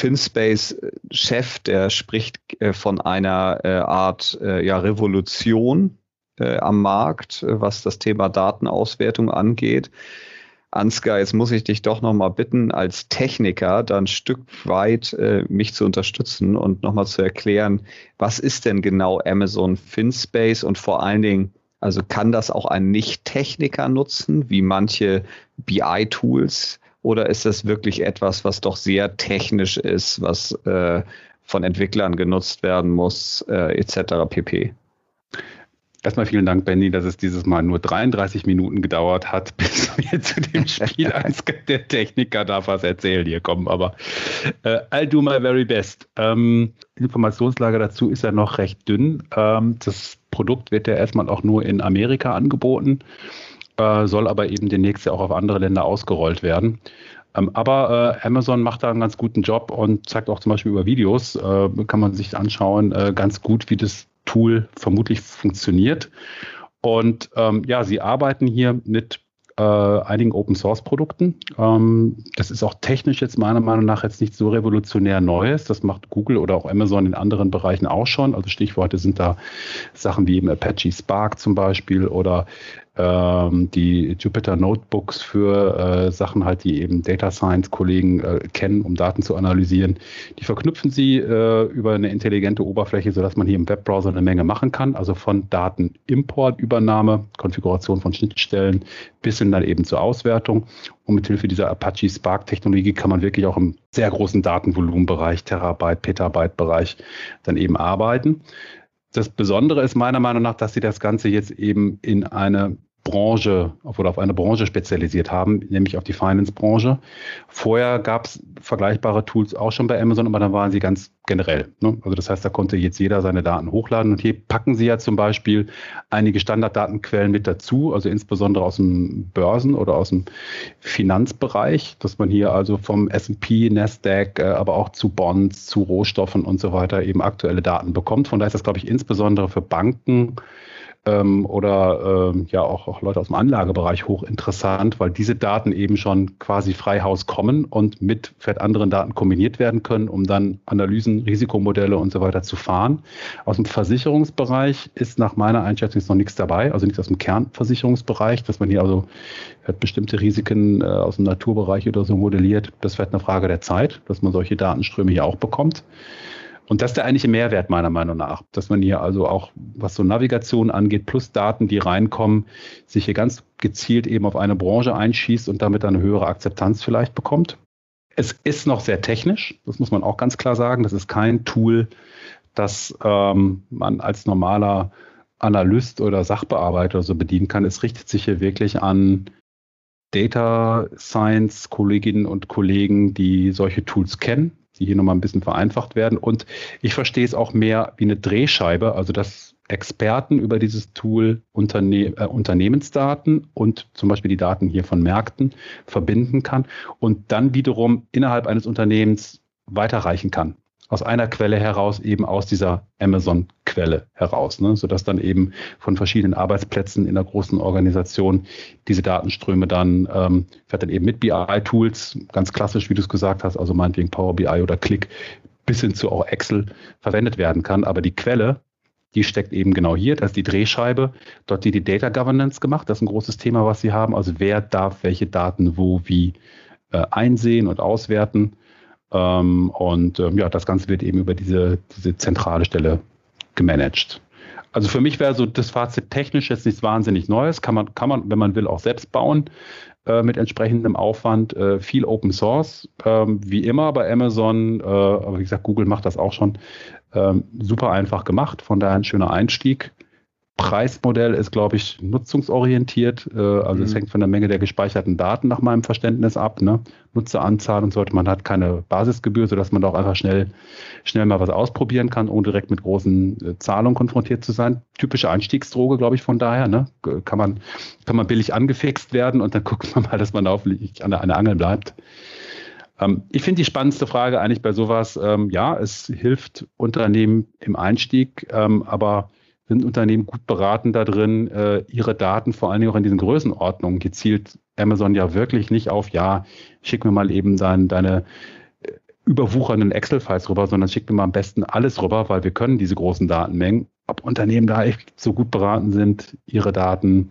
FinSpace-Chef, der spricht äh, von einer äh, Art äh, ja, Revolution äh, am Markt, äh, was das Thema Datenauswertung angeht. Ansgar, jetzt muss ich dich doch nochmal bitten, als Techniker da ein Stück weit äh, mich zu unterstützen und nochmal zu erklären, was ist denn genau Amazon FinSpace und vor allen Dingen, also kann das auch ein Nicht-Techniker nutzen, wie manche B I-Tools, oder ist das wirklich etwas, was doch sehr technisch ist, was äh, von Entwicklern genutzt werden muss, äh, et cetera pp.? Erstmal vielen Dank, Benny, dass es dieses Mal nur dreiunddreißig Minuten gedauert hat, bis wir zu dem Spiel als der Techniker darf was erzählen hier kommen. Aber äh, I'll do my very best. Ähm, die Informationslage dazu ist ja noch recht dünn. Ähm, das Produkt wird ja erstmal auch nur in Amerika angeboten, äh, soll aber eben demnächst ja auch auf andere Länder ausgerollt werden. Ähm, aber äh, Amazon macht da einen ganz guten Job und zeigt auch zum Beispiel über Videos, äh, kann man sich anschauen, äh, ganz gut, wie das Tool vermutlich funktioniert. Und ähm, ja, sie arbeiten hier mit äh, einigen Open-Source-Produkten. Ähm, das ist auch technisch jetzt meiner Meinung nach jetzt nicht so revolutionär Neues. Das macht Google oder auch Amazon in anderen Bereichen auch schon. Also Stichworte sind da Sachen wie eben Apache Spark zum Beispiel oder ähm, die Jupyter Notebooks für äh, Sachen halt, die eben Data Science-Kollegen äh, kennen, um Daten zu analysieren. Die verknüpfen sie äh, über eine intelligente Oberfläche, sodass man hier im Webbrowser eine Menge machen kann. Also von Datenimport, Übernahme, Konfiguration von Schnittstellen bis hin dann eben zur Auswertung. Und mit Hilfe dieser Apache Spark-Technologie kann man wirklich auch im sehr großen Datenvolumenbereich, Terabyte, Petabyte-Bereich dann eben arbeiten. Das Besondere ist meiner Meinung nach, dass sie das Ganze jetzt eben in eine Branche oder auf eine Branche spezialisiert haben, nämlich auf die Finance-Branche. Vorher gab es vergleichbare Tools auch schon bei Amazon, aber dann waren sie ganz generell. Ne? Also das heißt, da konnte jetzt jeder seine Daten hochladen und hier packen sie ja zum Beispiel einige Standarddatenquellen mit dazu, also insbesondere aus dem Börsen- oder aus dem Finanzbereich, dass man hier also vom S und P, Nasdaq, aber auch zu Bonds, zu Rohstoffen und so weiter eben aktuelle Daten bekommt. Von daher ist das, glaube ich, insbesondere für Banken Ähm, oder ähm, ja auch, auch Leute aus dem Anlagebereich hochinteressant, weil diese Daten eben schon quasi frei Haus kommen und mit vielleicht anderen Daten kombiniert werden können, um dann Analysen, Risikomodelle und so weiter zu fahren. Aus dem Versicherungsbereich ist nach meiner Einschätzung jetzt noch nichts dabei, also nichts aus dem Kernversicherungsbereich, dass man hier also bestimmte Risiken äh, aus dem Naturbereich oder so modelliert. Das wird eine Frage der Zeit, dass man solche Datenströme hier auch bekommt. Und das ist der eigentliche Mehrwert meiner Meinung nach, dass man hier also auch, was so Navigation angeht, plus Daten, die reinkommen, sich hier ganz gezielt eben auf eine Branche einschießt und damit eine höhere Akzeptanz vielleicht bekommt. Es ist noch sehr technisch, das muss man auch ganz klar sagen. Das ist kein Tool, das ähm, man als normaler Analyst oder Sachbearbeiter so bedienen kann. Es richtet sich hier wirklich an Data Science Kolleginnen und Kollegen, die solche Tools kennen, die hier nochmal ein bisschen vereinfacht werden. Und ich verstehe es auch mehr wie eine Drehscheibe, also dass Experten über dieses Tool Unterne äh, Unternehmensdaten und zum Beispiel die Daten hier von Märkten verbinden kann und dann wiederum innerhalb eines Unternehmens weiterreichen kann. Aus einer Quelle heraus, eben aus dieser Amazon-Quelle heraus, ne? Sodass dann eben von verschiedenen Arbeitsplätzen in einer großen Organisation diese Datenströme dann, ähm, vielleicht dann eben mit B I-Tools, ganz klassisch, wie du es gesagt hast, also meinetwegen Power B I oder Qlik, bis hin zu auch Excel verwendet werden kann. Aber die Quelle, die steckt eben genau hier, das ist die Drehscheibe. Dort wird die Data Governance gemacht, das ist ein großes Thema, was sie haben. Also wer darf welche Daten wo wie äh, einsehen und auswerten. Ähm, und ähm, ja, das Ganze wird eben über diese, diese zentrale Stelle gemanagt. Also für mich wäre so das Fazit technisch jetzt nichts wahnsinnig Neues. Kann man, kann man, wenn man will, auch selbst bauen äh, mit entsprechendem Aufwand. Äh, viel Open Source, äh, wie immer bei Amazon. Äh, aber wie gesagt, Google macht das auch schon äh, super einfach gemacht. Von daher ein schöner Einstieg. Preismodell ist, glaube ich, nutzungsorientiert. Äh, also mhm. es hängt von der Menge der gespeicherten Daten nach meinem Verständnis ab. Ne? Nutzeranzahl und so weiter. Man hat keine Basisgebühr, sodass man da auch einfach schnell, schnell mal was ausprobieren kann, ohne direkt mit großen äh, Zahlungen konfrontiert zu sein. Typische Einstiegsdroge, glaube ich, von daher. Ne? Kann man, kann man billig angefixt werden und dann guckt man mal, dass man hoffentlich an der, an der Angel bleibt. Ähm, ich finde die spannendste Frage eigentlich bei sowas, ähm, ja, es hilft Unternehmen im Einstieg, ähm, aber sind Unternehmen gut beraten da drin, äh, ihre Daten vor allen Dingen auch in diesen Größenordnungen. Hier zielt Amazon ja wirklich nicht auf, ja, schick mir mal eben dein, deine äh, überwuchernden Excel-Files rüber, sondern schick mir mal am besten alles rüber, weil wir können diese großen Datenmengen. Ob Unternehmen da echt so gut beraten sind, ihre Daten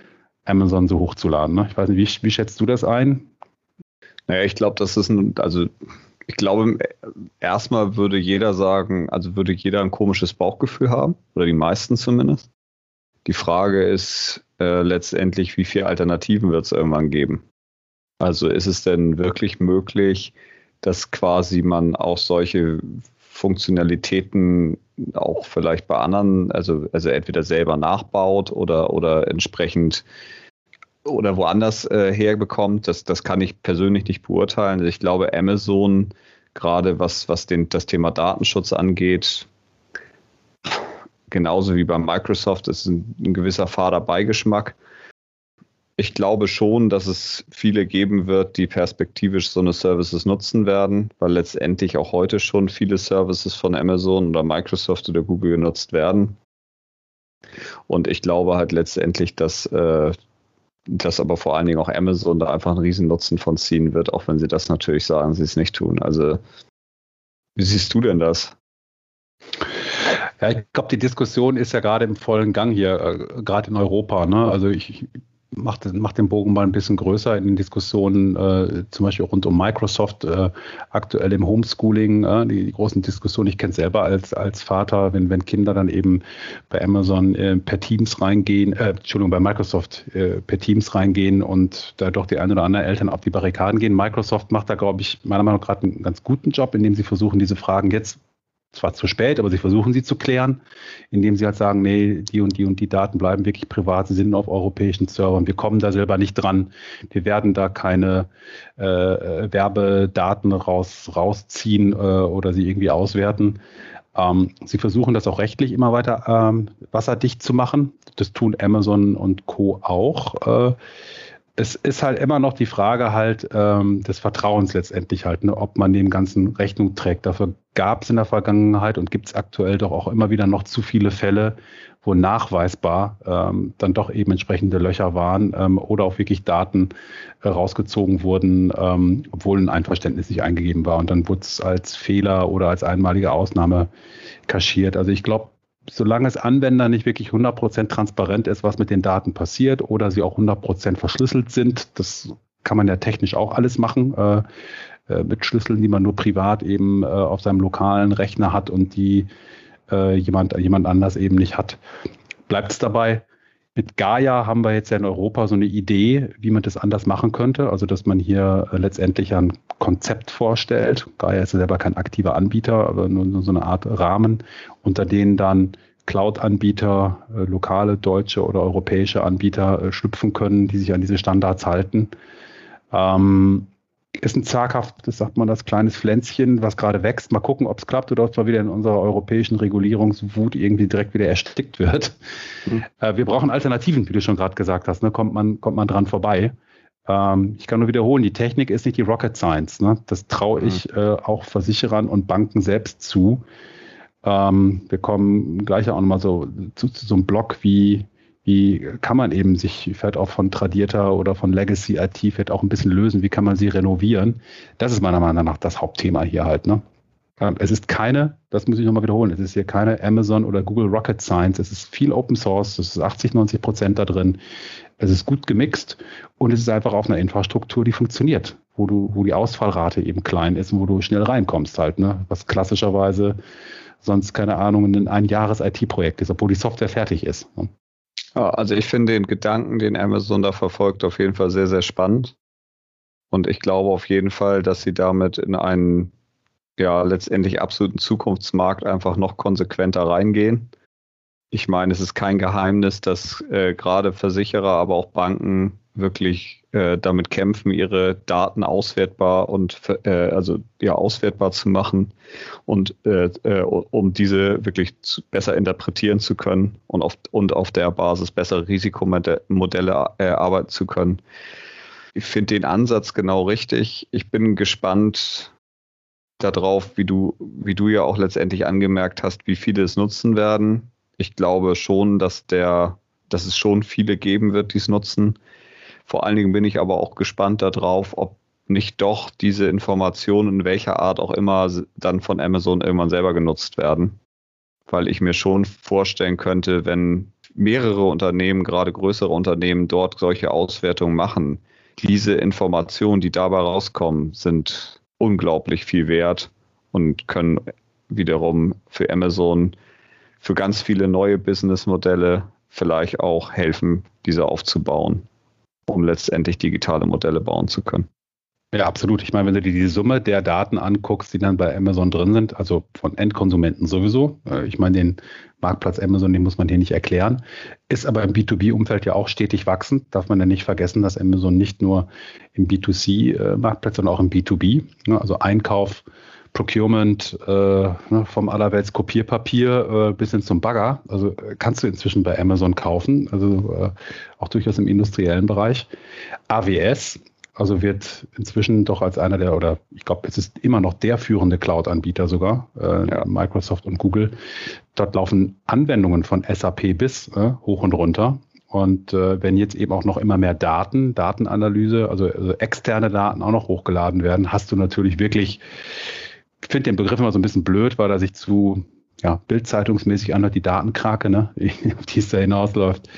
Amazon so hochzuladen. Ne? Ich weiß nicht, wie, wie schätzt du das ein? Naja, ich glaube, das ist ein, also ich glaube, erstmal würde jeder sagen, also würde jeder ein komisches Bauchgefühl haben, oder die meisten zumindest. Die Frage ist äh, letztendlich, wie viele Alternativen wird es irgendwann geben? Also ist es denn wirklich möglich, dass quasi man auch solche Funktionalitäten auch vielleicht bei anderen, also, also entweder selber nachbaut oder, oder entsprechend oder woanders äh, herbekommt, das, das kann ich persönlich nicht beurteilen. Also ich glaube, Amazon, gerade was, was den, das Thema Datenschutz angeht, genauso wie bei Microsoft, ist ein, ein gewisser fader Beigeschmack. Ich glaube schon, dass es viele geben wird, die perspektivisch so eine Services nutzen werden, weil letztendlich auch heute schon viele Services von Amazon oder Microsoft oder Google genutzt werden. Und ich glaube halt letztendlich, dass äh, dass aber vor allen Dingen auch Amazon da einfach einen riesen Nutzen von ziehen wird, auch wenn sie das natürlich sagen, sie es nicht tun. Also wie siehst du denn das? Ja, ich glaube, die Diskussion ist ja gerade im vollen Gang hier, äh, gerade in Europa. Ne? Also ich mach, mach den Bogen mal ein bisschen größer in den Diskussionen, äh, zum Beispiel rund um Microsoft, äh, aktuell im Homeschooling, äh, die, die großen Diskussionen. Ich kenne es selber als, als Vater, wenn, wenn Kinder dann eben bei Amazon äh, per Teams reingehen, äh, Entschuldigung, bei Microsoft äh, per Teams reingehen und da doch die ein oder anderen Eltern auf die Barrikaden gehen. Microsoft macht da, glaube ich, meiner Meinung nach gerade einen ganz guten Job, indem sie versuchen, diese Fragen jetzt zwar zu spät, aber sie versuchen sie zu klären, indem sie halt sagen, nee, die und die und die Daten bleiben wirklich privat, sie sind auf europäischen Servern, wir kommen da selber nicht dran, wir werden da keine äh, Werbedaten raus, rausziehen äh, oder sie irgendwie auswerten. Ähm, sie versuchen das auch rechtlich immer weiter ähm, wasserdicht zu machen. Das tun Amazon und Co. auch. Äh, es ist halt immer noch die Frage halt ähm, des Vertrauens letztendlich halt, ne, ob man dem Ganzen Rechnung trägt. Dafür gab es in der Vergangenheit und gibt es aktuell doch auch immer wieder noch zu viele Fälle, wo nachweisbar ähm, dann doch eben entsprechende Löcher waren ähm, oder auch wirklich Daten äh, rausgezogen wurden, ähm, obwohl ein Einverständnis nicht eingegeben war. Und dann wurde es als Fehler oder als einmalige Ausnahme kaschiert. Also ich glaube, solange es Anwender nicht wirklich hundert Prozent transparent ist, was mit den Daten passiert oder sie auch hundert Prozent verschlüsselt sind, das kann man ja technisch auch alles machen, äh, äh, mit Schlüsseln, die man nur privat eben äh, auf seinem lokalen Rechner hat und die äh, jemand, jemand anders eben nicht hat, bleibt es dabei. Mit Gaia haben wir jetzt ja in Europa so eine Idee, wie man das anders machen könnte, also dass man hier äh, letztendlich ein Konzept vorstellt. Gaia ist ja selber kein aktiver Anbieter, aber nur, nur so eine Art Rahmen, unter denen dann Cloud-Anbieter, äh, lokale, deutsche oder europäische Anbieter äh, schlüpfen können, die sich an diese Standards halten. Ähm, ist ein zaghaftes, sagt man das, kleines Pflänzchen, was gerade wächst. Mal gucken, ob es klappt oder ob es mal wieder in unserer europäischen Regulierungswut irgendwie direkt wieder erstickt wird. Mhm. Äh, wir brauchen Alternativen, wie du schon gerade gesagt hast. Ne? Kommt man, kommt man dran vorbei. Ähm, ich kann nur wiederholen, die Technik ist nicht die Rocket Science. Ne? Das traue ich mhm. äh, auch Versicherern und Banken selbst zu. Ähm, wir kommen gleich auch nochmal so zu, zu so einem Blog wie Wie kann man eben sich vielleicht auch von tradierter oder von Legacy I T vielleicht auch ein bisschen lösen? Wie kann man sie renovieren? Das ist meiner Meinung nach das Hauptthema hier halt. Ne? Es ist keine, das muss ich nochmal wiederholen, es ist hier keine Amazon oder Google Rocket Science. Es ist viel Open Source, es ist achtzig, neunzig Prozent da drin. Es ist gut gemixt und es ist einfach auf einer Infrastruktur, die funktioniert, wo du, wo die Ausfallrate eben klein ist und wo du schnell reinkommst halt. Ne? Was klassischerweise sonst, keine Ahnung, ein Ein-Jahres-I T-Projekt ist, obwohl die Software fertig ist. Ne? Ja, also ich finde den Gedanken, den Amazon da verfolgt, auf jeden Fall sehr, sehr spannend. Und ich glaube auf jeden Fall, dass sie damit in einen ja letztendlich absoluten Zukunftsmarkt einfach noch konsequenter reingehen. Ich meine, es ist kein Geheimnis, dass äh, gerade Versicherer, aber auch Banken wirklich äh, damit kämpfen, ihre Daten auswertbar und äh, also ja auswertbar zu machen und äh, äh, um diese wirklich zu, besser interpretieren zu können und auf und auf der Basis bessere Risikomodelle äh, arbeiten zu können. Ich finde den Ansatz genau richtig. Ich bin gespannt darauf, wie du wie du ja auch letztendlich angemerkt hast, wie viele es nutzen werden. Ich glaube schon, dass der, dass es schon viele geben wird, die es nutzen. Vor allen Dingen bin ich aber auch gespannt darauf, ob nicht doch diese Informationen in welcher Art auch immer dann von Amazon irgendwann selber genutzt werden. Weil ich mir schon vorstellen könnte, wenn mehrere Unternehmen, gerade größere Unternehmen, dort solche Auswertungen machen, diese Informationen, die dabei rauskommen, sind unglaublich viel wert und können wiederum für Amazon für ganz viele neue Businessmodelle vielleicht auch helfen, diese aufzubauen, um letztendlich digitale Modelle bauen zu können. Ja, absolut. Ich meine, wenn du dir die Summe der Daten anguckst, die dann bei Amazon drin sind, also von Endkonsumenten sowieso, ich meine, den Marktplatz Amazon, den muss man hier nicht erklären, ist aber im B zwei B-Umfeld ja auch stetig wachsend. Darf man ja nicht vergessen, dass Amazon nicht nur im B zwei C-Marktplatz, sondern auch im B zwei B, also Einkauf, Procurement, äh, vom allerwelts Kopierpapier äh, bis hin zum Bagger. Also äh, kannst du inzwischen bei Amazon kaufen, also äh, auch durchaus im industriellen Bereich. A W S, also wird inzwischen doch als einer der, oder ich glaube, es ist immer noch der führende Cloud-Anbieter sogar, äh, ja. Microsoft und Google. Dort laufen Anwendungen von S A P bis äh, hoch und runter. Und äh, wenn jetzt eben auch noch immer mehr Daten, Datenanalyse, also, also externe Daten auch noch hochgeladen werden, hast du natürlich wirklich, ich finde den Begriff immer so ein bisschen blöd, weil er sich zu ja, bildzeitungsmäßig anhört, die Datenkrake, ne, auf die es da hinausläuft.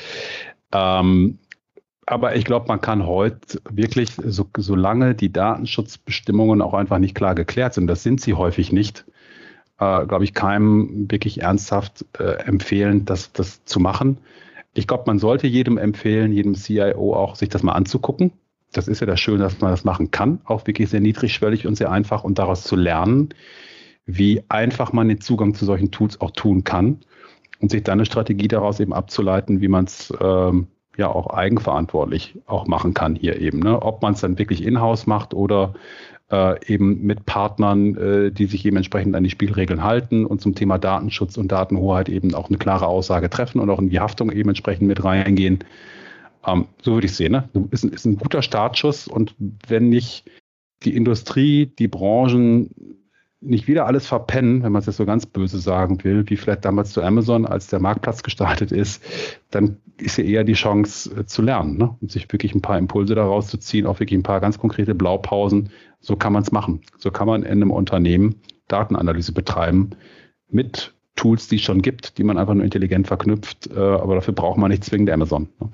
Ähm, aber ich glaube, man kann heute wirklich, so, solange die Datenschutzbestimmungen auch einfach nicht klar geklärt sind, das sind sie häufig nicht, äh, glaube ich, keinem wirklich ernsthaft äh, empfehlen, das, das zu machen. Ich glaube, man sollte jedem empfehlen, jedem C I O auch, sich das mal anzugucken. Das ist ja das Schöne, dass man das machen kann, auch wirklich sehr niedrigschwellig und sehr einfach und daraus zu lernen, wie einfach man den Zugang zu solchen Tools auch tun kann und sich dann eine Strategie daraus eben abzuleiten, wie man es ähm, ja auch eigenverantwortlich auch machen kann hier eben. Ne? Ob man es dann wirklich in-house macht oder äh, eben mit Partnern, äh, die sich eben entsprechend an die Spielregeln halten und zum Thema Datenschutz und Datenhoheit eben auch eine klare Aussage treffen und auch in die Haftung eben entsprechend mit reingehen. Ähm, so würde ich sehen. Ne? Ist, ist ein guter Startschuss und wenn nicht die Industrie, die Branchen nicht wieder alles verpennen, wenn man es jetzt so ganz böse sagen will, wie vielleicht damals zu Amazon, als der Marktplatz gestartet ist, dann ist ja eher die Chance äh, zu lernen, ne? Und sich wirklich ein paar Impulse daraus zu ziehen, auch wirklich ein paar ganz konkrete Blaupausen. So kann man es machen. So kann man in einem Unternehmen Datenanalyse betreiben mit Tools, die es schon gibt, die man einfach nur intelligent verknüpft, äh, aber dafür braucht man nicht zwingend Amazon. Ne?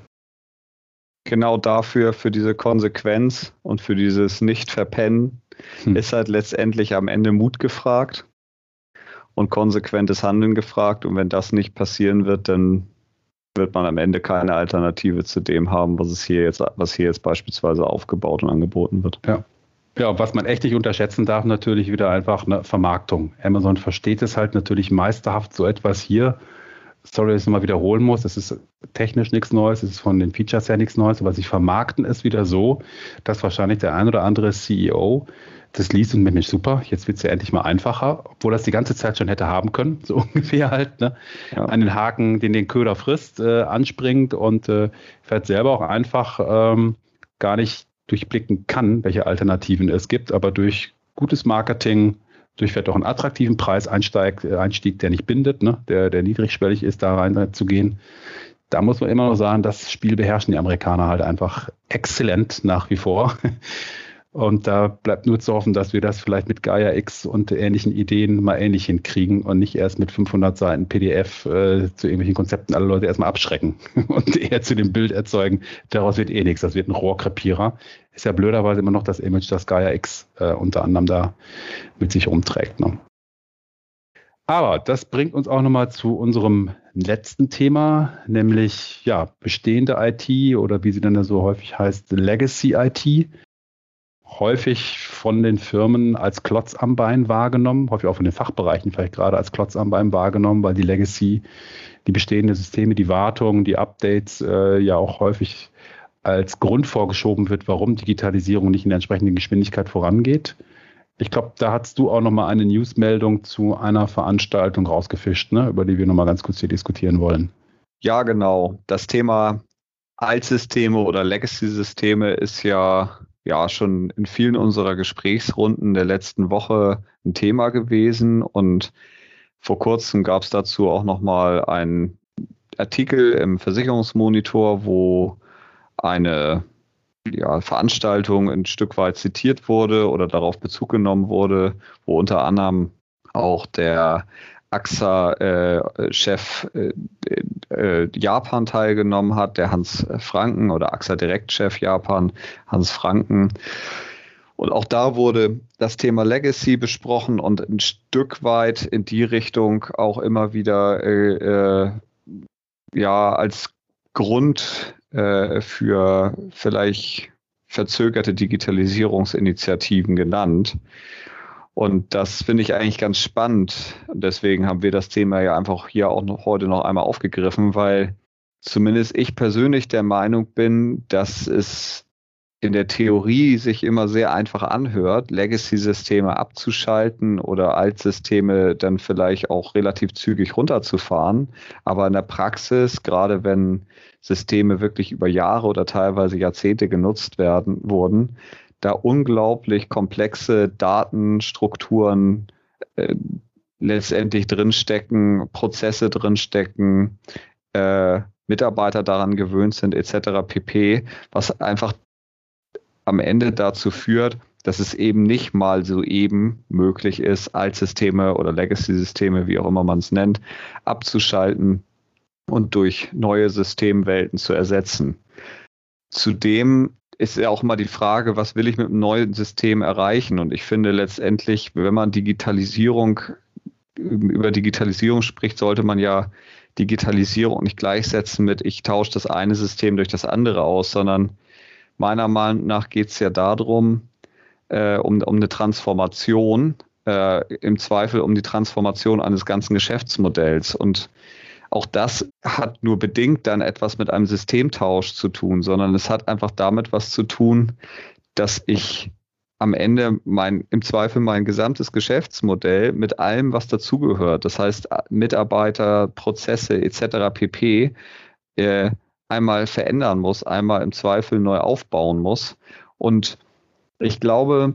Genau dafür, für diese Konsequenz und für dieses Nicht-Verpennen, hm. ist halt letztendlich am Ende Mut gefragt und konsequentes Handeln gefragt. Und wenn das nicht passieren wird, dann wird man am Ende keine Alternative zu dem haben, was es hier jetzt, was hier jetzt beispielsweise aufgebaut und angeboten wird. Ja. Ja, was man echt nicht unterschätzen darf, natürlich wieder einfach eine Vermarktung. Amazon versteht es halt natürlich meisterhaft, so etwas hier. Sorry, dass ich es mal wiederholen muss. Es ist technisch nichts Neues, es ist von den Features her nichts Neues, aber sie vermarkten es wieder so, dass wahrscheinlich der ein oder andere C E O das liest und Mensch, super, jetzt wird es ja endlich mal einfacher, obwohl das die ganze Zeit schon hätte haben können, so ungefähr halt, ne? Ja. An den Haken, den den Köder frisst, äh, anspringt und äh, vielleicht selber auch einfach ähm, gar nicht durchblicken kann, welche Alternativen es gibt, aber durch gutes Marketing, durch vielleicht auch einen attraktiven Preiseinstieg, Einstieg, der nicht bindet, ne? der, der niedrigschwellig ist, da rein zu gehen. Da muss man immer noch sagen, das Spiel beherrschen die Amerikaner halt einfach exzellent nach wie vor. Und da bleibt nur zu hoffen, dass wir das vielleicht mit Gaia X und ähnlichen Ideen mal ähnlich hinkriegen und nicht erst mit fünfhundert Seiten P D F äh, zu irgendwelchen Konzepten alle Leute erstmal abschrecken und eher zu dem Bild erzeugen. Daraus wird eh nichts, das wird ein Rohrkrepierer. Ist ja blöderweise immer noch das Image, das Gaia X äh, unter anderem da mit sich rumträgt. Ne? Aber das bringt uns auch nochmal zu unserem letzten Thema, nämlich ja bestehende I T oder wie sie dann so häufig heißt, Legacy I T. Häufig von den Firmen als Klotz am Bein wahrgenommen, häufig auch von den Fachbereichen vielleicht gerade als Klotz am Bein wahrgenommen, weil die Legacy, die bestehenden Systeme, die Wartung, die Updates äh, ja auch häufig als Grund vorgeschoben wird, warum Digitalisierung nicht in der entsprechenden Geschwindigkeit vorangeht. Ich glaube, da hast du auch nochmal eine Newsmeldung zu einer Veranstaltung rausgefischt, ne, über die wir nochmal ganz kurz hier diskutieren wollen. Ja, genau. Das Thema Altsysteme oder Legacy-Systeme ist ja ja schon in vielen unserer Gesprächsrunden der letzten Woche ein Thema gewesen und vor kurzem gab es dazu auch nochmal einen Artikel im Versicherungsmonitor, wo eine ja, Veranstaltung ein Stück weit zitiert wurde oder darauf Bezug genommen wurde, wo unter anderem auch der A X A-Chef äh, äh, Japan teilgenommen hat, der Hans Franken oder A X A-Direktchef Japan, Hans Franken. Und auch da wurde das Thema Legacy besprochen und ein Stück weit in die Richtung auch immer wieder äh, äh, ja als Grund äh, für vielleicht verzögerte Digitalisierungsinitiativen genannt. Und das finde ich eigentlich ganz spannend. Und deswegen haben wir das Thema ja einfach hier auch noch heute noch einmal aufgegriffen, weil zumindest ich persönlich der Meinung bin, dass es in der Theorie sich immer sehr einfach anhört, Legacy-Systeme abzuschalten oder Altsysteme dann vielleicht auch relativ zügig runterzufahren. Aber in der Praxis, gerade wenn Systeme wirklich über Jahre oder teilweise Jahrzehnte genutzt werden, wurden, da unglaublich komplexe Datenstrukturen äh, letztendlich drinstecken, Prozesse drinstecken, äh, Mitarbeiter daran gewöhnt sind, et cetera pp., was einfach am Ende dazu führt, dass es eben nicht mal so eben möglich ist, Altsysteme oder Legacy-Systeme, wie auch immer man es nennt, abzuschalten und durch neue Systemwelten zu ersetzen. Zudem ist ja auch immer die Frage, was will ich mit einem neuen System erreichen? Und ich finde letztendlich, wenn man Digitalisierung, über Digitalisierung spricht, sollte man ja Digitalisierung nicht gleichsetzen mit, ich tausche das eine System durch das andere aus, sondern meiner Meinung nach geht es ja darum, äh, um, um eine Transformation äh, im Zweifel um die Transformation eines ganzen Geschäftsmodells. Und auch das hat nur bedingt dann etwas mit einem Systemtausch zu tun, sondern es hat einfach damit was zu tun, dass ich am Ende mein, im Zweifel mein gesamtes Geschäftsmodell mit allem, was dazugehört, das heißt Mitarbeiter, Prozesse et cetera pp., äh, einmal verändern muss, einmal im Zweifel neu aufbauen muss. Und ich glaube,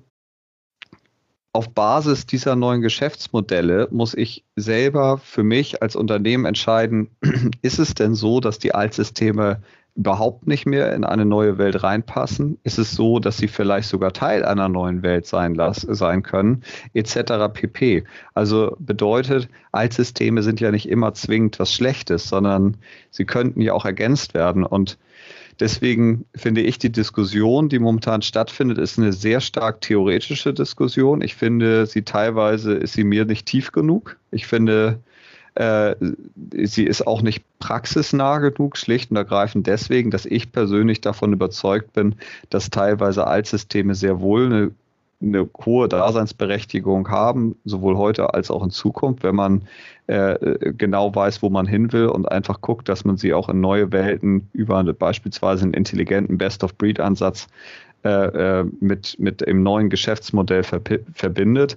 auf Basis dieser neuen Geschäftsmodelle muss ich selber für mich als Unternehmen entscheiden, ist es denn so, dass die Altsysteme überhaupt nicht mehr in eine neue Welt reinpassen? Ist es so, dass sie vielleicht sogar Teil einer neuen Welt sein, las- sein können, et cetera pp. Also bedeutet, Altsysteme sind ja nicht immer zwingend was Schlechtes, sondern sie könnten ja auch ergänzt werden. Und deswegen finde ich, die Diskussion, die momentan stattfindet, ist eine sehr stark theoretische Diskussion. Ich finde, sie teilweise ist sie mir nicht tief genug. Ich finde, äh, sie ist auch nicht praxisnah genug, schlicht und ergreifend deswegen, dass ich persönlich davon überzeugt bin, dass teilweise Altsysteme sehr wohl eine, eine hohe Daseinsberechtigung haben, sowohl heute als auch in Zukunft, wenn man äh, genau weiß, wo man hin will und einfach guckt, dass man sie auch in neue Welten über eine, beispielsweise einen intelligenten Best-of-Breed-Ansatz äh, mit, mit dem neuen Geschäftsmodell verpi- verbindet.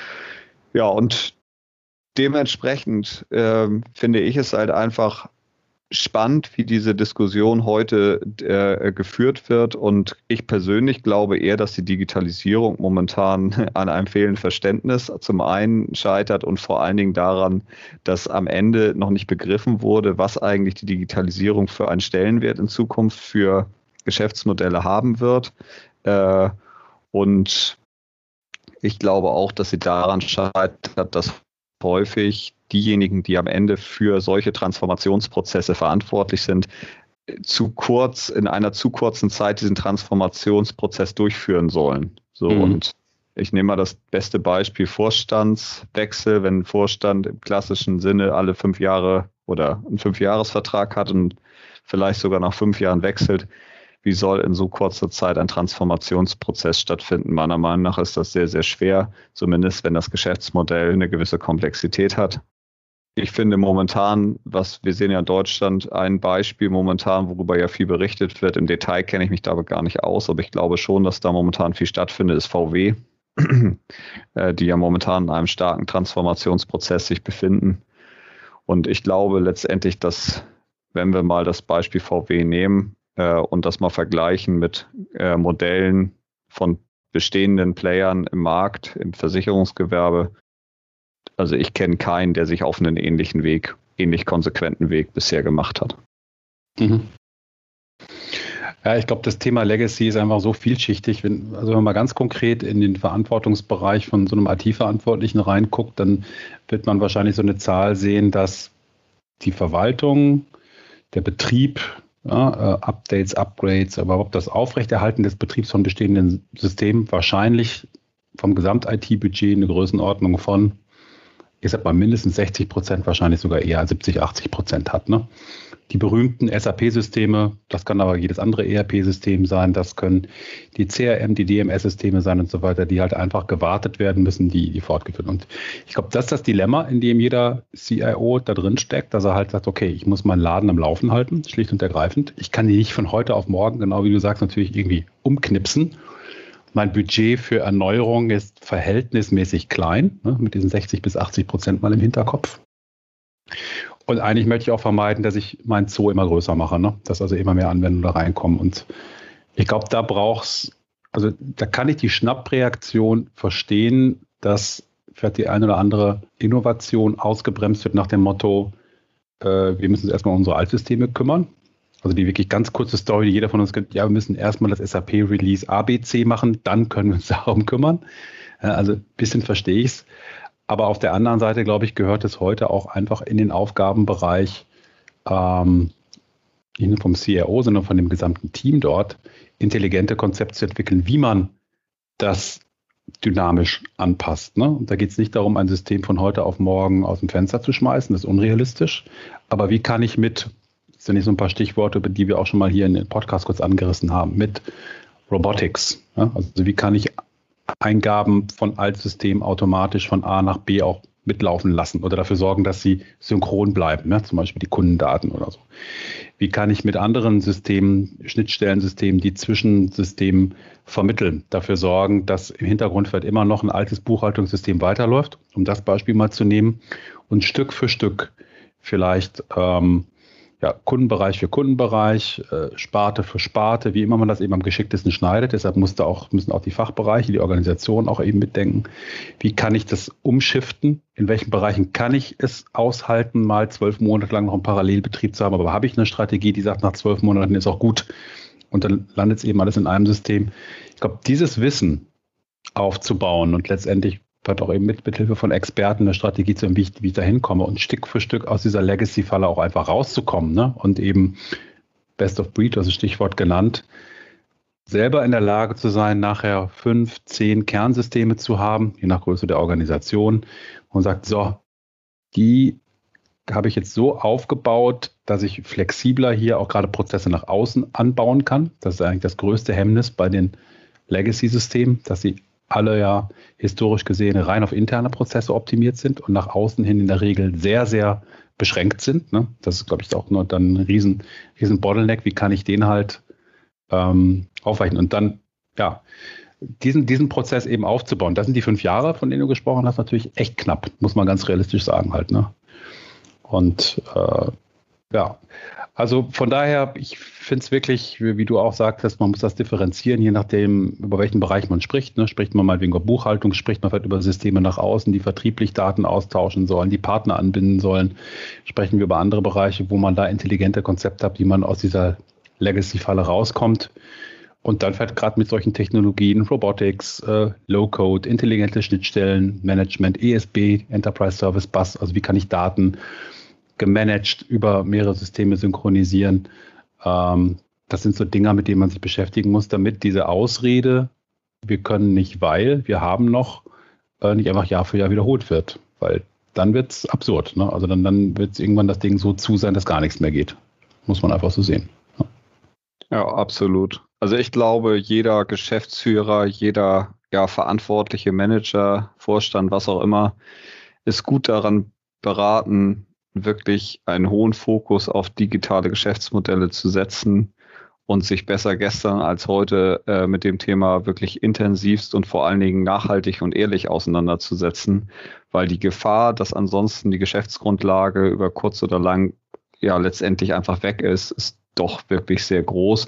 Ja, und dementsprechend äh, finde ich es halt einfach spannend, wie diese Diskussion heute äh, geführt wird. Und ich persönlich glaube eher, dass die Digitalisierung momentan an einem fehlenden Verständnis zum einen scheitert und vor allen Dingen daran, dass am Ende noch nicht begriffen wurde, was eigentlich die Digitalisierung für einen Stellenwert in Zukunft für Geschäftsmodelle haben wird. Äh, und ich glaube auch, dass sie daran scheitert, dass häufig diejenigen, die am Ende für solche Transformationsprozesse verantwortlich sind, zu kurz, in einer zu kurzen Zeit diesen Transformationsprozess durchführen sollen. So, mhm. Und ich nehme mal das beste Beispiel Vorstandswechsel, wenn ein Vorstand im klassischen Sinne alle fünf Jahre oder einen Fünfjahresvertrag hat und vielleicht sogar nach fünf Jahren wechselt. Wie soll in so kurzer Zeit ein Transformationsprozess stattfinden? Meiner Meinung nach ist das sehr, sehr schwer, zumindest wenn das Geschäftsmodell eine gewisse Komplexität hat. Ich finde momentan, was wir sehen ja in Deutschland, ein Beispiel momentan, worüber ja viel berichtet wird. Im Detail kenne ich mich da aber gar nicht aus, aber ich glaube schon, dass da momentan viel stattfindet, ist V W, die ja momentan in einem starken Transformationsprozess sich befinden. Und ich glaube letztendlich, dass, wenn wir mal das Beispiel V W nehmen, und das mal vergleichen mit äh, Modellen von bestehenden Playern im Markt, im Versicherungsgewerbe. Also ich kenne keinen, der sich auf einen ähnlichen Weg, ähnlich konsequenten Weg bisher gemacht hat. Mhm. Ja, ich glaube, das Thema Legacy ist einfach so vielschichtig. Wenn, also wenn man mal ganz konkret in den Verantwortungsbereich von so einem I T-Verantwortlichen reinguckt, dann wird man wahrscheinlich so eine Zahl sehen, dass die Verwaltung, der Betrieb, Ja, äh, Updates, Upgrades, aber überhaupt das Aufrechterhalten des Betriebs von bestehenden Systemen wahrscheinlich vom Gesamt-I T-Budget eine Größenordnung von, ich sag mal, mindestens sechzig Prozent, wahrscheinlich sogar eher siebzig, achtzig Prozent hat. Ne? Die berühmten S A P-Systeme, das kann aber jedes andere E R P-System sein, das können die C R M, die D M S-Systeme sein und so weiter, die halt einfach gewartet werden müssen, die, die fortgeführt. Und ich glaube, das ist das Dilemma, in dem jeder C I O da drin steckt, dass er halt sagt, okay, ich muss meinen Laden am Laufen halten, schlicht und ergreifend. Ich kann die nicht von heute auf morgen, genau wie du sagst, natürlich irgendwie umknipsen. Mein Budget für Erneuerung ist verhältnismäßig klein, ne, mit diesen sechzig bis achtzig Prozent mal im Hinterkopf. Und eigentlich möchte ich auch vermeiden, dass ich mein Zoo immer größer mache, ne? Dass also immer mehr Anwendungen da reinkommen. Und ich glaube, da braucht's, also da kann ich die Schnappreaktion verstehen, dass vielleicht die eine oder andere Innovation ausgebremst wird nach dem Motto, äh, wir müssen uns erstmal um unsere Altsysteme kümmern. Also die wirklich ganz kurze Story, die jeder von uns kennt, ja, wir müssen erstmal das S A P-Release A B C machen, dann können wir uns darum kümmern. Ja, also ein bisschen verstehe ich es. Aber auf der anderen Seite, glaube ich, gehört es heute auch einfach in den Aufgabenbereich, ähm, nicht nur vom C I O, sondern von dem gesamten Team dort, intelligente Konzepte zu entwickeln, wie man das dynamisch anpasst. Ne? Und da geht es nicht darum, ein System von heute auf morgen aus dem Fenster zu schmeißen, das ist unrealistisch. Aber wie kann ich mit, das sind nicht so ein paar Stichworte, die wir auch schon mal hier in den Podcast kurz angerissen haben, mit Robotics, ja? Also wie kann ich Eingaben von Altsystemen automatisch von A nach B auch mitlaufen lassen oder dafür sorgen, dass sie synchron bleiben, ne? Zum Beispiel die Kundendaten oder so. Wie kann ich mit anderen Systemen, Schnittstellensystemen, die zwischen Systemen vermitteln, dafür sorgen, dass im Hintergrund vielleicht immer noch ein altes Buchhaltungssystem weiterläuft, um das Beispiel mal zu nehmen, und Stück für Stück vielleicht ähm, ja, Kundenbereich für Kundenbereich, äh, Sparte für Sparte, wie immer man das eben am geschicktesten schneidet. Deshalb musste auch, müssen auch die Fachbereiche, die Organisation auch eben mitdenken. Wie kann ich das umschiften? In welchen Bereichen kann ich es aushalten, mal zwölf Monate lang noch einen Parallelbetrieb zu haben? Aber habe ich eine Strategie, die sagt, nach zwölf Monaten ist auch gut und dann landet es eben alles in einem System. Ich glaube, dieses Wissen aufzubauen und letztendlich vielleicht auch eben mit, mit Hilfe von Experten eine Strategie zu haben, wie ich, wie ich da hinkomme und Stück für Stück aus dieser Legacy-Falle auch einfach rauszukommen, ne? Und eben Best of Breed, das ist Stichwort genannt, selber in der Lage zu sein, nachher fünf, zehn Kernsysteme zu haben, je nach Größe der Organisation, und sagt, so, die habe ich jetzt so aufgebaut, dass ich flexibler hier auch gerade Prozesse nach außen anbauen kann. Das ist eigentlich das größte Hemmnis bei den Legacy-Systemen, dass sie alle ja historisch gesehen rein auf interne Prozesse optimiert sind und nach außen hin in der Regel sehr, sehr beschränkt sind. Ne? Das ist, glaube ich, auch nur dann ein riesen, riesen Bottleneck. Wie kann ich den halt ähm, aufweichen? Und dann, ja, diesen, diesen Prozess eben aufzubauen. Das sind die fünf Jahre, von denen du gesprochen hast, natürlich echt knapp, muss man ganz realistisch sagen halt. Ne? Und äh, ja, also von daher, ich finde es wirklich, wie, wie du auch sagtest, man muss das differenzieren, je nachdem, über welchen Bereich man spricht. Ne? Spricht man mal wegen der Buchhaltung, spricht man vielleicht über Systeme nach außen, die vertrieblich Daten austauschen sollen, die Partner anbinden sollen. Sprechen wir über andere Bereiche, wo man da intelligente Konzepte hat, wie man aus dieser Legacy-Falle rauskommt. Und dann vielleicht gerade mit solchen Technologien, Robotics, äh, Low-Code, intelligente Schnittstellen, Management, E S B, Enterprise Service Bus, also wie kann ich Daten gemanagt über mehrere Systeme synchronisieren. Ähm, das sind so Dinge, mit denen man sich beschäftigen muss, damit diese Ausrede, wir können nicht, weil, wir haben noch, äh, nicht einfach Jahr für Jahr wiederholt wird. Weil dann wird es absurd. Ne? Also dann, dann wird es irgendwann das Ding so zu sein, dass gar nichts mehr geht. Muss man einfach so sehen. Ja, ja, absolut. Also ich glaube, jeder Geschäftsführer, jeder ja, verantwortliche Manager, Vorstand, was auch immer, ist gut daran beraten, wirklich einen hohen Fokus auf digitale Geschäftsmodelle zu setzen und sich besser gestern als heute äh, mit dem Thema wirklich intensivst und vor allen Dingen nachhaltig und ehrlich auseinanderzusetzen, weil die Gefahr, dass ansonsten die Geschäftsgrundlage über kurz oder lang ja letztendlich einfach weg ist, ist doch wirklich sehr groß.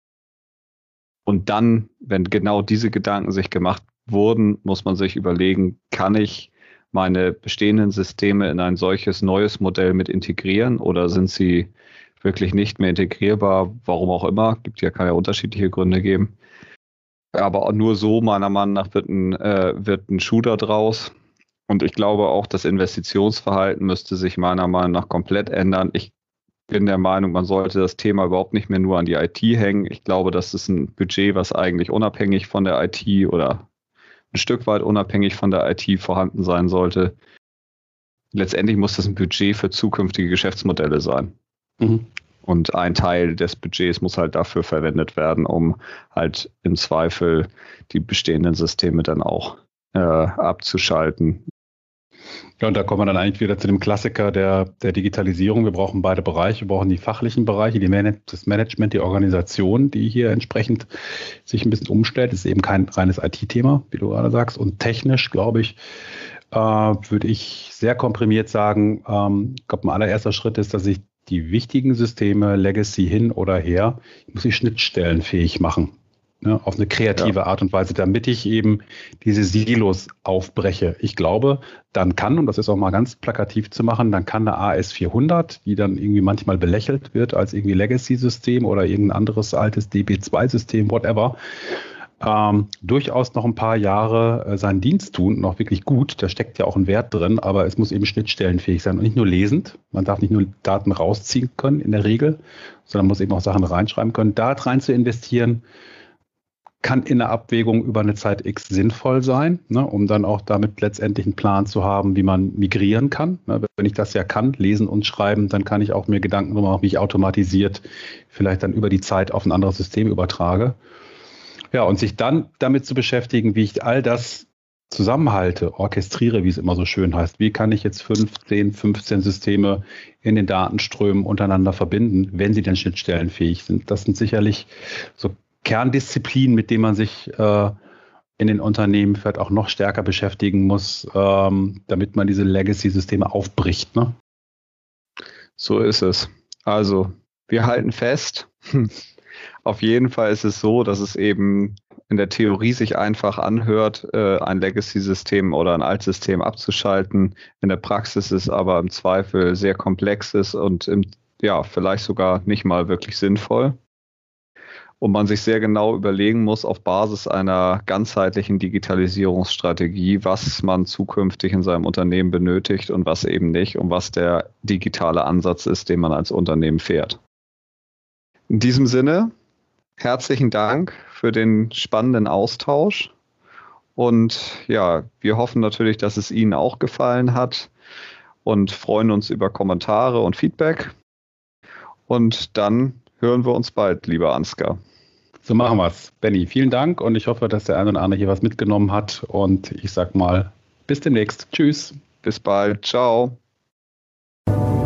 Und dann, wenn genau diese Gedanken sich gemacht wurden, muss man sich überlegen, kann ich meine bestehenden Systeme in ein solches neues Modell mit integrieren oder sind sie wirklich nicht mehr integrierbar, warum auch immer, gibt ja, kann ja unterschiedliche Gründe geben. Aber auch nur so, meiner Meinung nach, wird ein, äh, wird ein Schuh da draus. Und ich glaube auch, das Investitionsverhalten müsste sich meiner Meinung nach komplett ändern. Ich bin der Meinung, man sollte das Thema überhaupt nicht mehr nur an die I T hängen. Ich glaube, das ist ein Budget, was eigentlich unabhängig von der I T oder ein Stück weit unabhängig von der I T vorhanden sein sollte. Letztendlich muss das ein Budget für zukünftige Geschäftsmodelle sein. Mhm. Und ein Teil des Budgets muss halt dafür verwendet werden, um halt im Zweifel die bestehenden Systeme dann auch äh, abzuschalten. Ja, und da kommen wir dann eigentlich wieder zu dem Klassiker der, der Digitalisierung. Wir brauchen beide Bereiche. Wir brauchen die fachlichen Bereiche, die Man- das Management, die Organisation, die hier entsprechend sich ein bisschen umstellt. Das ist eben kein reines I T-Thema, wie du gerade sagst. Und technisch, glaube ich, äh, würde ich sehr komprimiert sagen, ähm, ich glaube, ein allererster Schritt ist, dass ich die wichtigen Systeme, Legacy hin oder her, ich muss die Schnittstellen fähig machen. Ne, auf eine kreative ja. Art und Weise, damit ich eben diese Silos aufbreche. Ich glaube, dann kann, und das ist auch mal ganz plakativ zu machen, dann kann eine A S vierhundert, die dann irgendwie manchmal belächelt wird als irgendwie Legacy-System oder irgendein anderes altes D B zwei System, whatever, ähm, durchaus noch ein paar Jahre äh, seinen Dienst tun, noch wirklich gut. Da steckt ja auch ein Wert drin, aber es muss eben schnittstellenfähig sein und nicht nur lesend. Man darf nicht nur Daten rausziehen können in der Regel, sondern muss eben auch Sachen reinschreiben können. Da rein zu investieren, kann in der Abwägung über eine Zeit X sinnvoll sein, ne, um dann auch damit letztendlich einen Plan zu haben, wie man migrieren kann. Ne, wenn ich das ja kann, lesen und schreiben, dann kann ich auch mir Gedanken darüber machen, wie ich automatisiert vielleicht dann über die Zeit auf ein anderes System übertrage. Ja, und sich dann damit zu beschäftigen, wie ich all das zusammenhalte, orchestriere, wie es immer so schön heißt. Wie kann ich jetzt fünfzehn, fünfzehn Systeme in den Datenströmen untereinander verbinden, wenn sie denn schnittstellenfähig sind? Das sind sicherlich so Kerndisziplinen, mit denen man sich äh, in den Unternehmen vielleicht auch noch stärker beschäftigen muss, ähm, damit man diese Legacy-Systeme aufbricht, ne? So ist es. Also, wir halten fest. Auf jeden Fall ist es so, dass es eben in der Theorie sich einfach anhört, ein Legacy-System oder ein Altsystem abzuschalten. In der Praxis ist aber im Zweifel sehr komplex ist und im, ja, vielleicht sogar nicht mal wirklich sinnvoll. Und man sich sehr genau überlegen muss auf Basis einer ganzheitlichen Digitalisierungsstrategie, was man zukünftig in seinem Unternehmen benötigt und was eben nicht und was der digitale Ansatz ist, den man als Unternehmen fährt. In diesem Sinne, herzlichen Dank für den spannenden Austausch und ja, wir hoffen natürlich, dass es Ihnen auch gefallen hat und freuen uns über Kommentare und Feedback und dann hören wir uns bald, lieber Ansgar. So machen wir es. Benny, vielen Dank und ich hoffe, dass der eine oder andere hier was mitgenommen hat und ich sag mal, bis demnächst. Tschüss. Bis bald. Ciao.